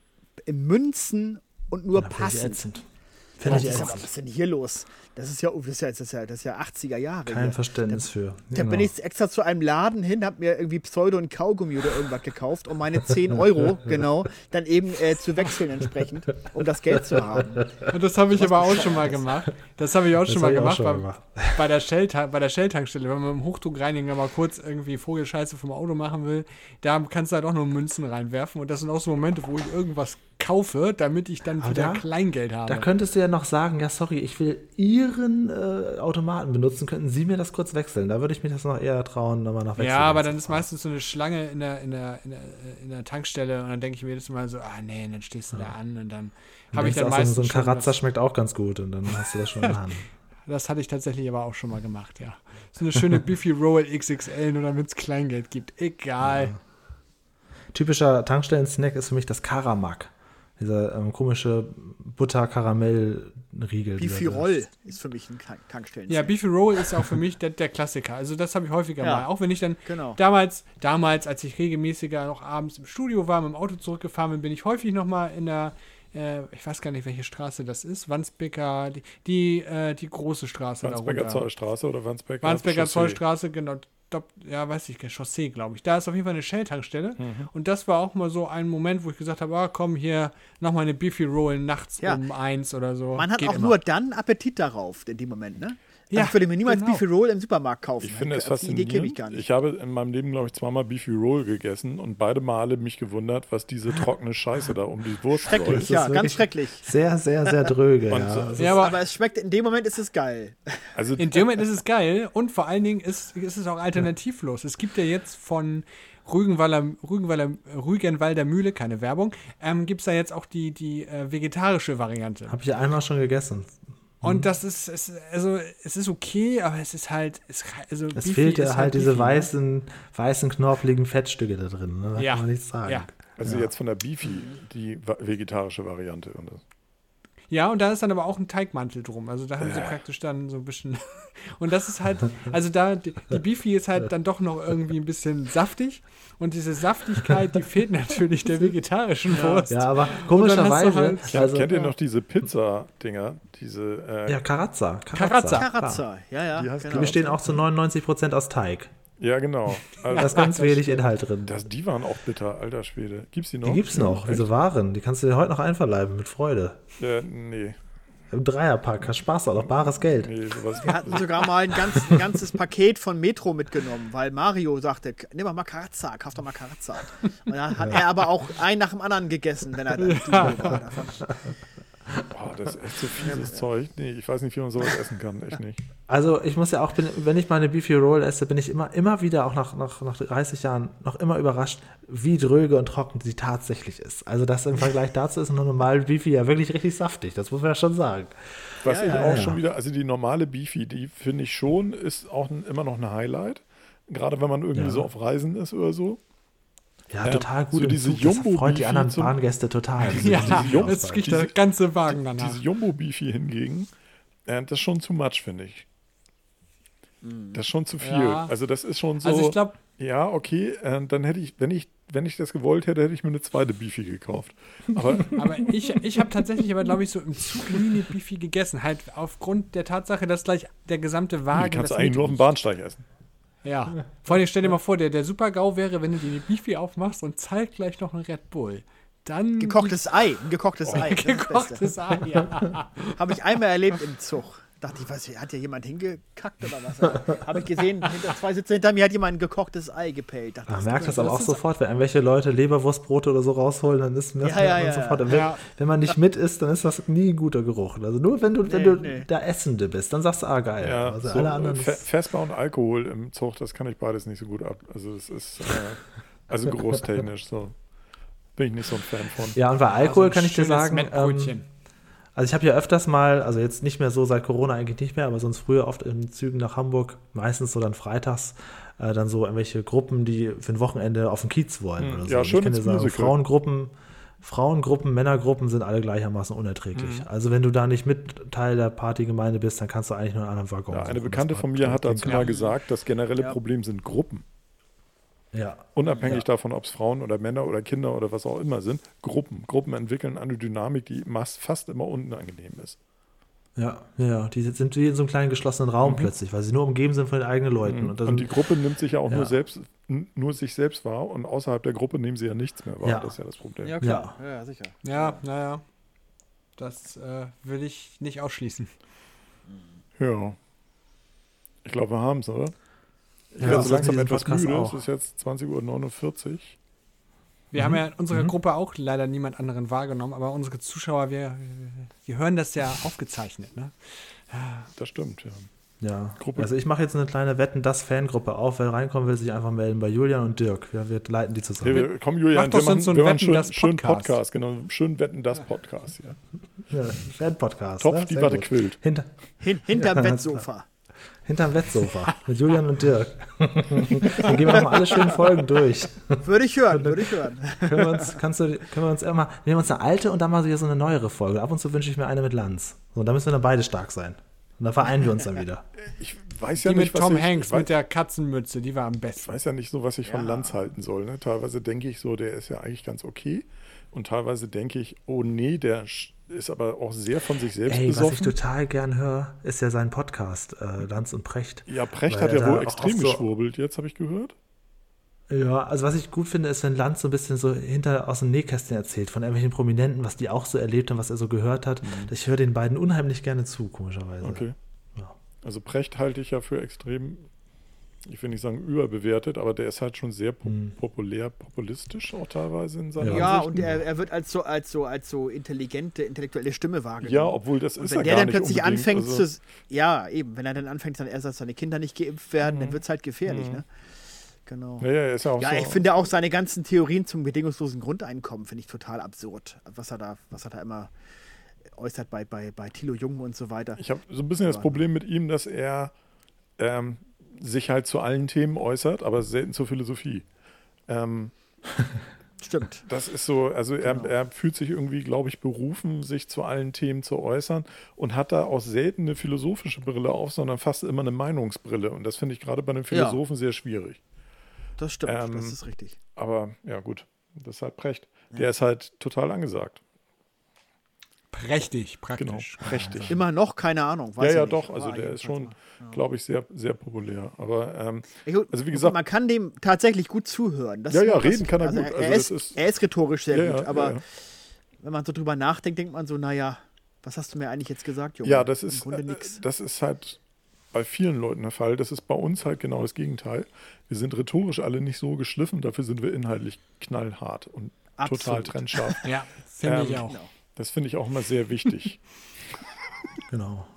Münzen und nur passend. Was ist denn hier los? Das ist ja 80er Jahre. Kein Verständnis für. Da bin ich extra zu einem Laden hin, habe mir irgendwie Pseudo und Kaugummi oder irgendwas gekauft, um meine 10 Euro, dann eben zu wechseln entsprechend, um das Geld zu haben. Und das habe ich aber auch schon mal gemacht. Das habe ich auch schon mal gemacht bei der Shell-Tankstelle. Wenn man mit dem Hochdruckreiniger mal kurz irgendwie Vogelscheiße vom Auto machen will, da kannst du halt auch nur Münzen reinwerfen. Und das sind auch so Momente, wo ich irgendwas kaufe, damit ich dann wieder Kleingeld habe. Da könntest du ja noch sagen, ja sorry, ich will Ihren Automaten benutzen, könnten Sie mir das kurz wechseln? Da würde ich mich das noch eher trauen, nochmal nach Wechsel. Ja, aber dann ist meistens so eine Schlange in der Tankstelle und dann denke ich mir jedes Mal so, dann stehst du da an und dann habe ich dann meistens so ein Karazza schmeckt auch ganz gut und dann hast du das schon in der Hand. Das hatte ich tatsächlich aber auch schon mal gemacht, ja. So eine schöne Biffy Roll XXL, nur damit es Kleingeld gibt. Egal. Ja. Typischer Tankstellen-Snack ist für mich das Karamak. Dieser komische Butter-Karamell-Riegel. Biffy Roll ist für mich ein Tankstellen. Ja, Biffy Roll ist auch für mich der Klassiker. Also das habe ich häufiger mal. Auch wenn ich dann damals, als ich regelmäßiger noch abends im Studio war, mit dem Auto zurückgefahren bin ich häufig noch mal in der ich weiß gar nicht, welche Straße das ist. Wandsbeker, die große Straße da runter. Wandsbeker Zollstraße oder Wandsbeker Zollstraße, genau. Weiß ich, Chaussee, glaube ich. Da ist auf jeden Fall eine Shell-Tankstelle. Und das war auch mal so ein Moment, wo ich gesagt habe, komm, hier nochmal eine Beefy Roll nachts um 1 oder so. Man hat Geht auch immer. nur dann Appetit darauf in dem Moment, ne? Ja, ich würde mir niemals Beefy Roll im Supermarkt kaufen. Ich finde es Die Idee käme faszinierend. ich gar nicht. Ich habe in meinem Leben, glaube ich, zweimal Beefy Roll gegessen und beide Male mich gewundert, was diese trockene Scheiße da um die Wurst Schrecklich, läuft. ja, ganz schrecklich. Sehr, sehr, sehr dröge. Aber es schmeckt, in dem Moment ist es geil. Also, in dem Moment ist es geil und vor allen Dingen ist es auch alternativlos. Es gibt ja jetzt von Rügenwalder Mühle, keine Werbung, gibt es da jetzt auch die vegetarische Variante. Habe ich einmal schon gegessen. Und das ist, es ist okay, aber es ist halt, Es Beefy fehlt ja ist halt diese Beefy, ne? weißen, knorpeligen Fettstücke da drin. Ne? Da Ja. kann man nichts sagen. Ja. Also jetzt von der Beefy, die vegetarische Variante. Und das. Ja, und da ist dann aber auch ein Teigmantel drum. Also da haben sie praktisch dann so ein bisschen. Und das ist halt, also die Beefy ist halt dann doch noch irgendwie ein bisschen saftig. Und diese Saftigkeit, die fehlt natürlich der vegetarischen Wurst. Ja, aber Und dann komischerweise, hast du halt- also, Kennt ihr noch diese Pizza-Dinger? Diese, ja, Karazza. Karazza. Karazza, ja, Die heißt genau. Die bestehen auch zu 99% aus Teig. ja, genau. Also, Da ist ganz wenig Inhalt drin. die waren auch bitter, alter Schwede. Gibt's die noch? Die gibt's noch, diese Waren. Die kannst du dir heute noch einverleiben, mit Freude. Nee, Im Dreierpack, hast Spaß, auch noch bares Geld. sowas. Wir hatten sogar mal ein ganzes Paket von Metro mitgenommen, weil Mario sagte, nimm mal Karazza, kauf doch mal Karazza. Und dann hat er aber auch einen nach dem anderen gegessen, wenn er dann die war davon. Oh, das ist echt so fieses Zeug. Nee, ich weiß nicht, wie man sowas essen kann. Echt nicht. Also ich muss ja auch, wenn ich meine Beefy Roll esse, bin ich immer wieder, auch nach 30 Jahren, noch immer überrascht, wie dröge und trocken sie tatsächlich ist. Also das im Vergleich dazu ist eine normale Beefy ja wirklich richtig saftig, das muss man ja schon sagen. Was ich ja. auch schon wieder, also die normale Beefy, die finde ich schon, ist auch immer noch ein Highlight. Gerade wenn man irgendwie so auf Reisen ist oder so. Ja, total gut. so im diese Zug, das Jumbo-Beefy freut die anderen zum- Bahngäste total. Ja, Jumbo- jetzt kriegt der ganze Wagen danach. Diese Jumbo-Beefy hingegen, das ist schon too much, finde ich. Das ist schon zu viel. Ja. Also das ist schon so, Also ich glaube, ja, okay, dann hätte ich, wenn ich das gewollt hätte, hätte ich mir eine zweite Beefy gekauft. Aber aber ich habe tatsächlich glaube ich, so im Zug nie eine Beefy gegessen. Halt aufgrund der Tatsache, dass gleich der gesamte Wagen. die kannst du das eigentlich nur auf dem mitriecht. Bahnsteig essen. Ja. Vor allem stell dir mal vor, der Super-GAU wäre, wenn du dir die Beefy aufmachst und zeitgleich noch einen Red Bull. Dann. Gekochtes Ei, ein gekochtes Ei. Das ist das Beste. Gekochtes Ei, ja. Habe ich einmal erlebt im Zug. Dachte ich, was, hat hier jemand hingekackt oder was? Habe ich gesehen, hinter 2 Sitze hinter mir hat jemand ein gekochtes Ei gepellt. Dachte, Man das merkt ist das aber cool. auch sofort, wenn irgendwelche Leute Leberwurstbrote oder so rausholen, dann ist das Ja, merkt man sofort. Und ja. Wenn man nicht mit isst, dann ist das nie ein guter Geruch. Also nur wenn du Nee. da Essende bist, dann sagst du, geil. Ja, Also so, alle anderen. Vespa und Alkohol im Zug, das kann ich beides nicht so gut ab. Also das ist, also großtechnisch so. Bin ich nicht so ein Fan von. Ja, und bei Alkohol kann ich dir Schönes sagen, Mettbrötchen. also ich habe ja öfters mal, also jetzt nicht mehr so seit Corona eigentlich nicht mehr, aber sonst früher oft in Zügen nach Hamburg, meistens so dann freitags, dann so irgendwelche Gruppen, die für ein Wochenende auf den Kiez wollen oder so. Ja, Und schön ich kann dir ins sagen, Musical. Frauengruppen, Männergruppen sind alle gleichermaßen unerträglich. Also wenn du da nicht mit Teil der Partygemeinde bist, dann kannst du eigentlich nur in einem anderen Waggon Ja, eine suchen. Bekannte Das von mir hat dazu klingt- mal gesagt, das generelle Problem sind Gruppen. Ja. Unabhängig davon, ob es Frauen oder Männer oder Kinder oder was auch immer sind. Gruppen entwickeln eine Dynamik, die fast immer unangenehm ist. Ja, die sind wie in so einem kleinen geschlossenen Raum plötzlich, weil sie nur umgeben sind von den eigenen Leuten. Und, Und die Gruppe nimmt sich ja auch Ja. nur sich selbst wahr und außerhalb der Gruppe nehmen sie ja nichts mehr wahr. Ja. Das ist ja das Problem. Ja, klar. Ja, sicher. Ja, naja. Das will ich nicht ausschließen. Ja. Ich glaube, wir haben es, oder? Ich Ja, werde das so langsam ist in diesem etwas Podcast müde. auch. Es ist jetzt 20:49 Uhr. Wir haben ja in unserer Gruppe auch leider niemand anderen wahrgenommen, aber unsere Zuschauer, wir hören das ja aufgezeichnet, ne? Das stimmt, ja. Ja, Gruppe. also ich mache jetzt eine kleine Wetten-Das-Fangruppe auf. Wer reinkommen will, sich einfach melden bei Julian und Dirk. Wir leiten die zusammen. Hey, komm, Julian, Mach doch sonst so einen wir machen schön Wetten-Das-Podcast. Podcast, genau. Schön Wetten, das Podcast, ja. Ja, Fan-Podcast. Topf, ne? die Sehr Watte gut. quillt. Hinterm Bettsofa. Hinterm Wettsofa mit Julian und Dirk. Dann gehen wir mal alle schönen Folgen durch. Würde ich hören. Können wir uns immer, nehmen wir uns eine alte und dann mal wieder so eine neuere Folge. Ab und zu wünsche ich mir eine mit Lanz. So, und da müssen wir dann beide stark sein. Und dann vereinen wir uns dann wieder. Ich weiß ja Die nicht, mit Tom ich Hanks, weiß, mit der Katzenmütze, die war am ich besten. weiß ja nicht so, was ich von Lanz halten soll. Ne? Teilweise denke ich so, der ist ja eigentlich ganz okay. Und teilweise denke ich, oh nee, der ist aber auch sehr von sich selbst Ey, was ich besoffen. total gern höre, ist ja sein Podcast, Lanz und Precht. Ja, Precht Weil hat er ja da wohl auch extrem oft so- geschwurbelt, jetzt habe ich gehört. Ja, also was ich gut finde, ist, wenn Lanz so ein bisschen so aus dem Nähkästchen erzählt, von irgendwelchen Prominenten, was die auch so erlebt haben, was er so gehört hat. Ich höre den beiden unheimlich gerne zu, komischerweise. Okay. Ja. Also Precht halte ich ja für extrem, ich will nicht sagen überbewertet, aber der ist halt schon sehr populistisch auch teilweise in seinen Ja, Ansichten. und er wird als so intelligente, intellektuelle Stimme wahrgenommen. Ja, obwohl das Und ist wenn ja der gar dann nicht plötzlich unbedingt, anfängt also, ja, eben, wenn er dann anfängt, dass seine Kinder nicht geimpft werden, dann wird es halt gefährlich, ne? Genau. Ja, er ist ja auch Ja, so. ich finde auch seine ganzen Theorien zum bedingungslosen Grundeinkommen finde ich total absurd, was er da immer äußert bei Thilo Jung und so weiter. Ich habe so ein bisschen das Problem mit ihm, dass er sich halt zu allen Themen äußert, aber selten zur Philosophie. Stimmt. Das ist so, also Genau. er fühlt sich irgendwie, glaube ich, berufen, sich zu allen Themen zu äußern und hat da auch selten eine philosophische Brille auf, sondern fast immer eine Meinungsbrille. Und das finde ich gerade bei einem Philosophen sehr schwierig. Das stimmt, das ist richtig. Aber ja, gut, das ist halt Precht. Der ist halt total angesagt. Prächtig, Genau, praktisch. prächtig. Immer noch, keine Ahnung. Weiß Ja, ich nicht. doch, also Aber der ist schon, jedenfalls glaube ich, sehr, sehr populär. Aber Ja, gut, also wie gesagt, man kann dem tatsächlich gut zuhören. Das, Ja, ja, das- reden kann er gut. Er, Also er ist rhetorisch sehr Ja, gut, ja, aber ja. wenn man so drüber nachdenkt, denkt man so, naja, was hast du mir eigentlich jetzt gesagt, Junge? ja, das Im ist, Grunde nix. das ist halt bei vielen Leuten der Fall. Das ist bei uns halt genau das Gegenteil. Wir sind rhetorisch alle nicht so geschliffen, dafür sind wir inhaltlich knallhart und total Absolut. trennscharf. Ja, finde ich auch. Genau. Das finde ich auch immer sehr wichtig. Genau.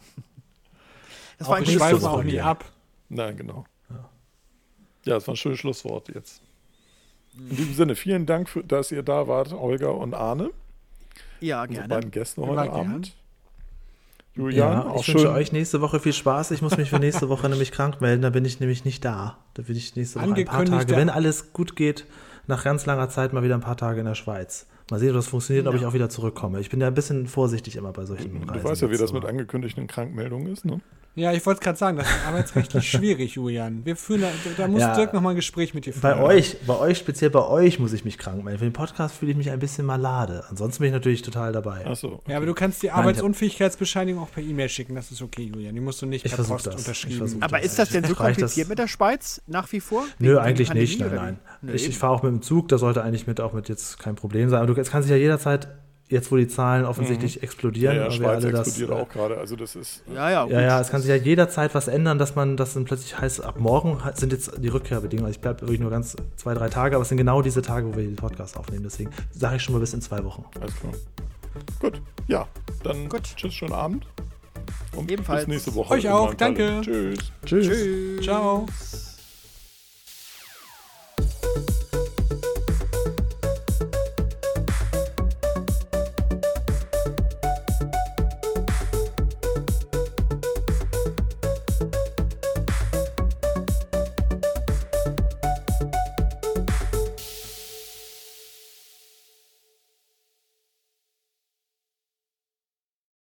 Das Auch war ein ich nicht gutes schweife so auch Schlusswort. nie ja. ab. Nein, genau. Ja, das war ein schönes Schlusswort jetzt. In diesem Sinne, vielen Dank, dass ihr da wart, Olga und Arne, Ja, unsere gerne. beiden Gäste Immer heute gern. Abend. Julian, Ja, auch ich wünsche schön. euch nächste Woche viel Spaß. Ich muss mich für nächste Woche nämlich krank melden. Da bin ich nämlich nicht da. Da bin ich nächste Woche ein paar Angekündigter- Tage, wenn alles gut geht, nach ganz langer Zeit mal wieder ein paar Tage in der Schweiz. Mal sehen, ob das funktioniert, ob ich auch wieder zurückkomme. Ich bin ja ein bisschen vorsichtig immer bei solchen Reisen. Du weißt ja, wie jetzt, das mit aber- angekündigten Krankmeldungen ist, ne? Ja, ich wollte es gerade sagen, das ist arbeitsrechtlich schwierig, Julian. Wir führen da muss Ja. Dirk nochmal ein Gespräch mit dir führen. Bei euch, speziell bei euch muss ich mich krank melden. Für den Podcast fühle ich mich ein bisschen malade. Ansonsten bin ich natürlich total dabei. Achso. Ja, aber du kannst die Nein, Arbeitsunfähigkeitsbescheinigung auch per E-Mail schicken. Das ist okay, Julian. Die musst du nicht Ich per versuch Post das. Ich unterschrieben. versuch Aber ist das denn so Reicht das? kompliziert mit der Schweiz nach wie vor? Nö, Wegen eigentlich Pandemie nicht. Nein, oder nein. wie? Nö, Ich eben. fahre auch mit dem Zug. Das sollte eigentlich auch mit jetzt kein Problem sein. Aber du kannst dich ja jederzeit, jetzt wo die Zahlen offensichtlich Ja, explodieren, ja, weil wir Schweiz alle das, explodiert auch gerade. Also das ist. Ja, gut. Ja, es kann sich ja jederzeit was ändern, dass man das dann plötzlich heißt, ab morgen sind jetzt die Rückkehrbedingungen. Also ich bleibe wirklich nur ganz 2-3 Tage, aber es sind genau diese Tage, wo wir den Podcast aufnehmen. Deswegen sage ich schon mal bis in 2 Wochen. Alles klar. Gut. Ja, dann Gut. tschüss, schönen Abend. Und Ebenfalls. bis nächste Woche. Euch in auch, meinem Falle. danke. Tschüss. Tschüss. Tschüss. Ciao.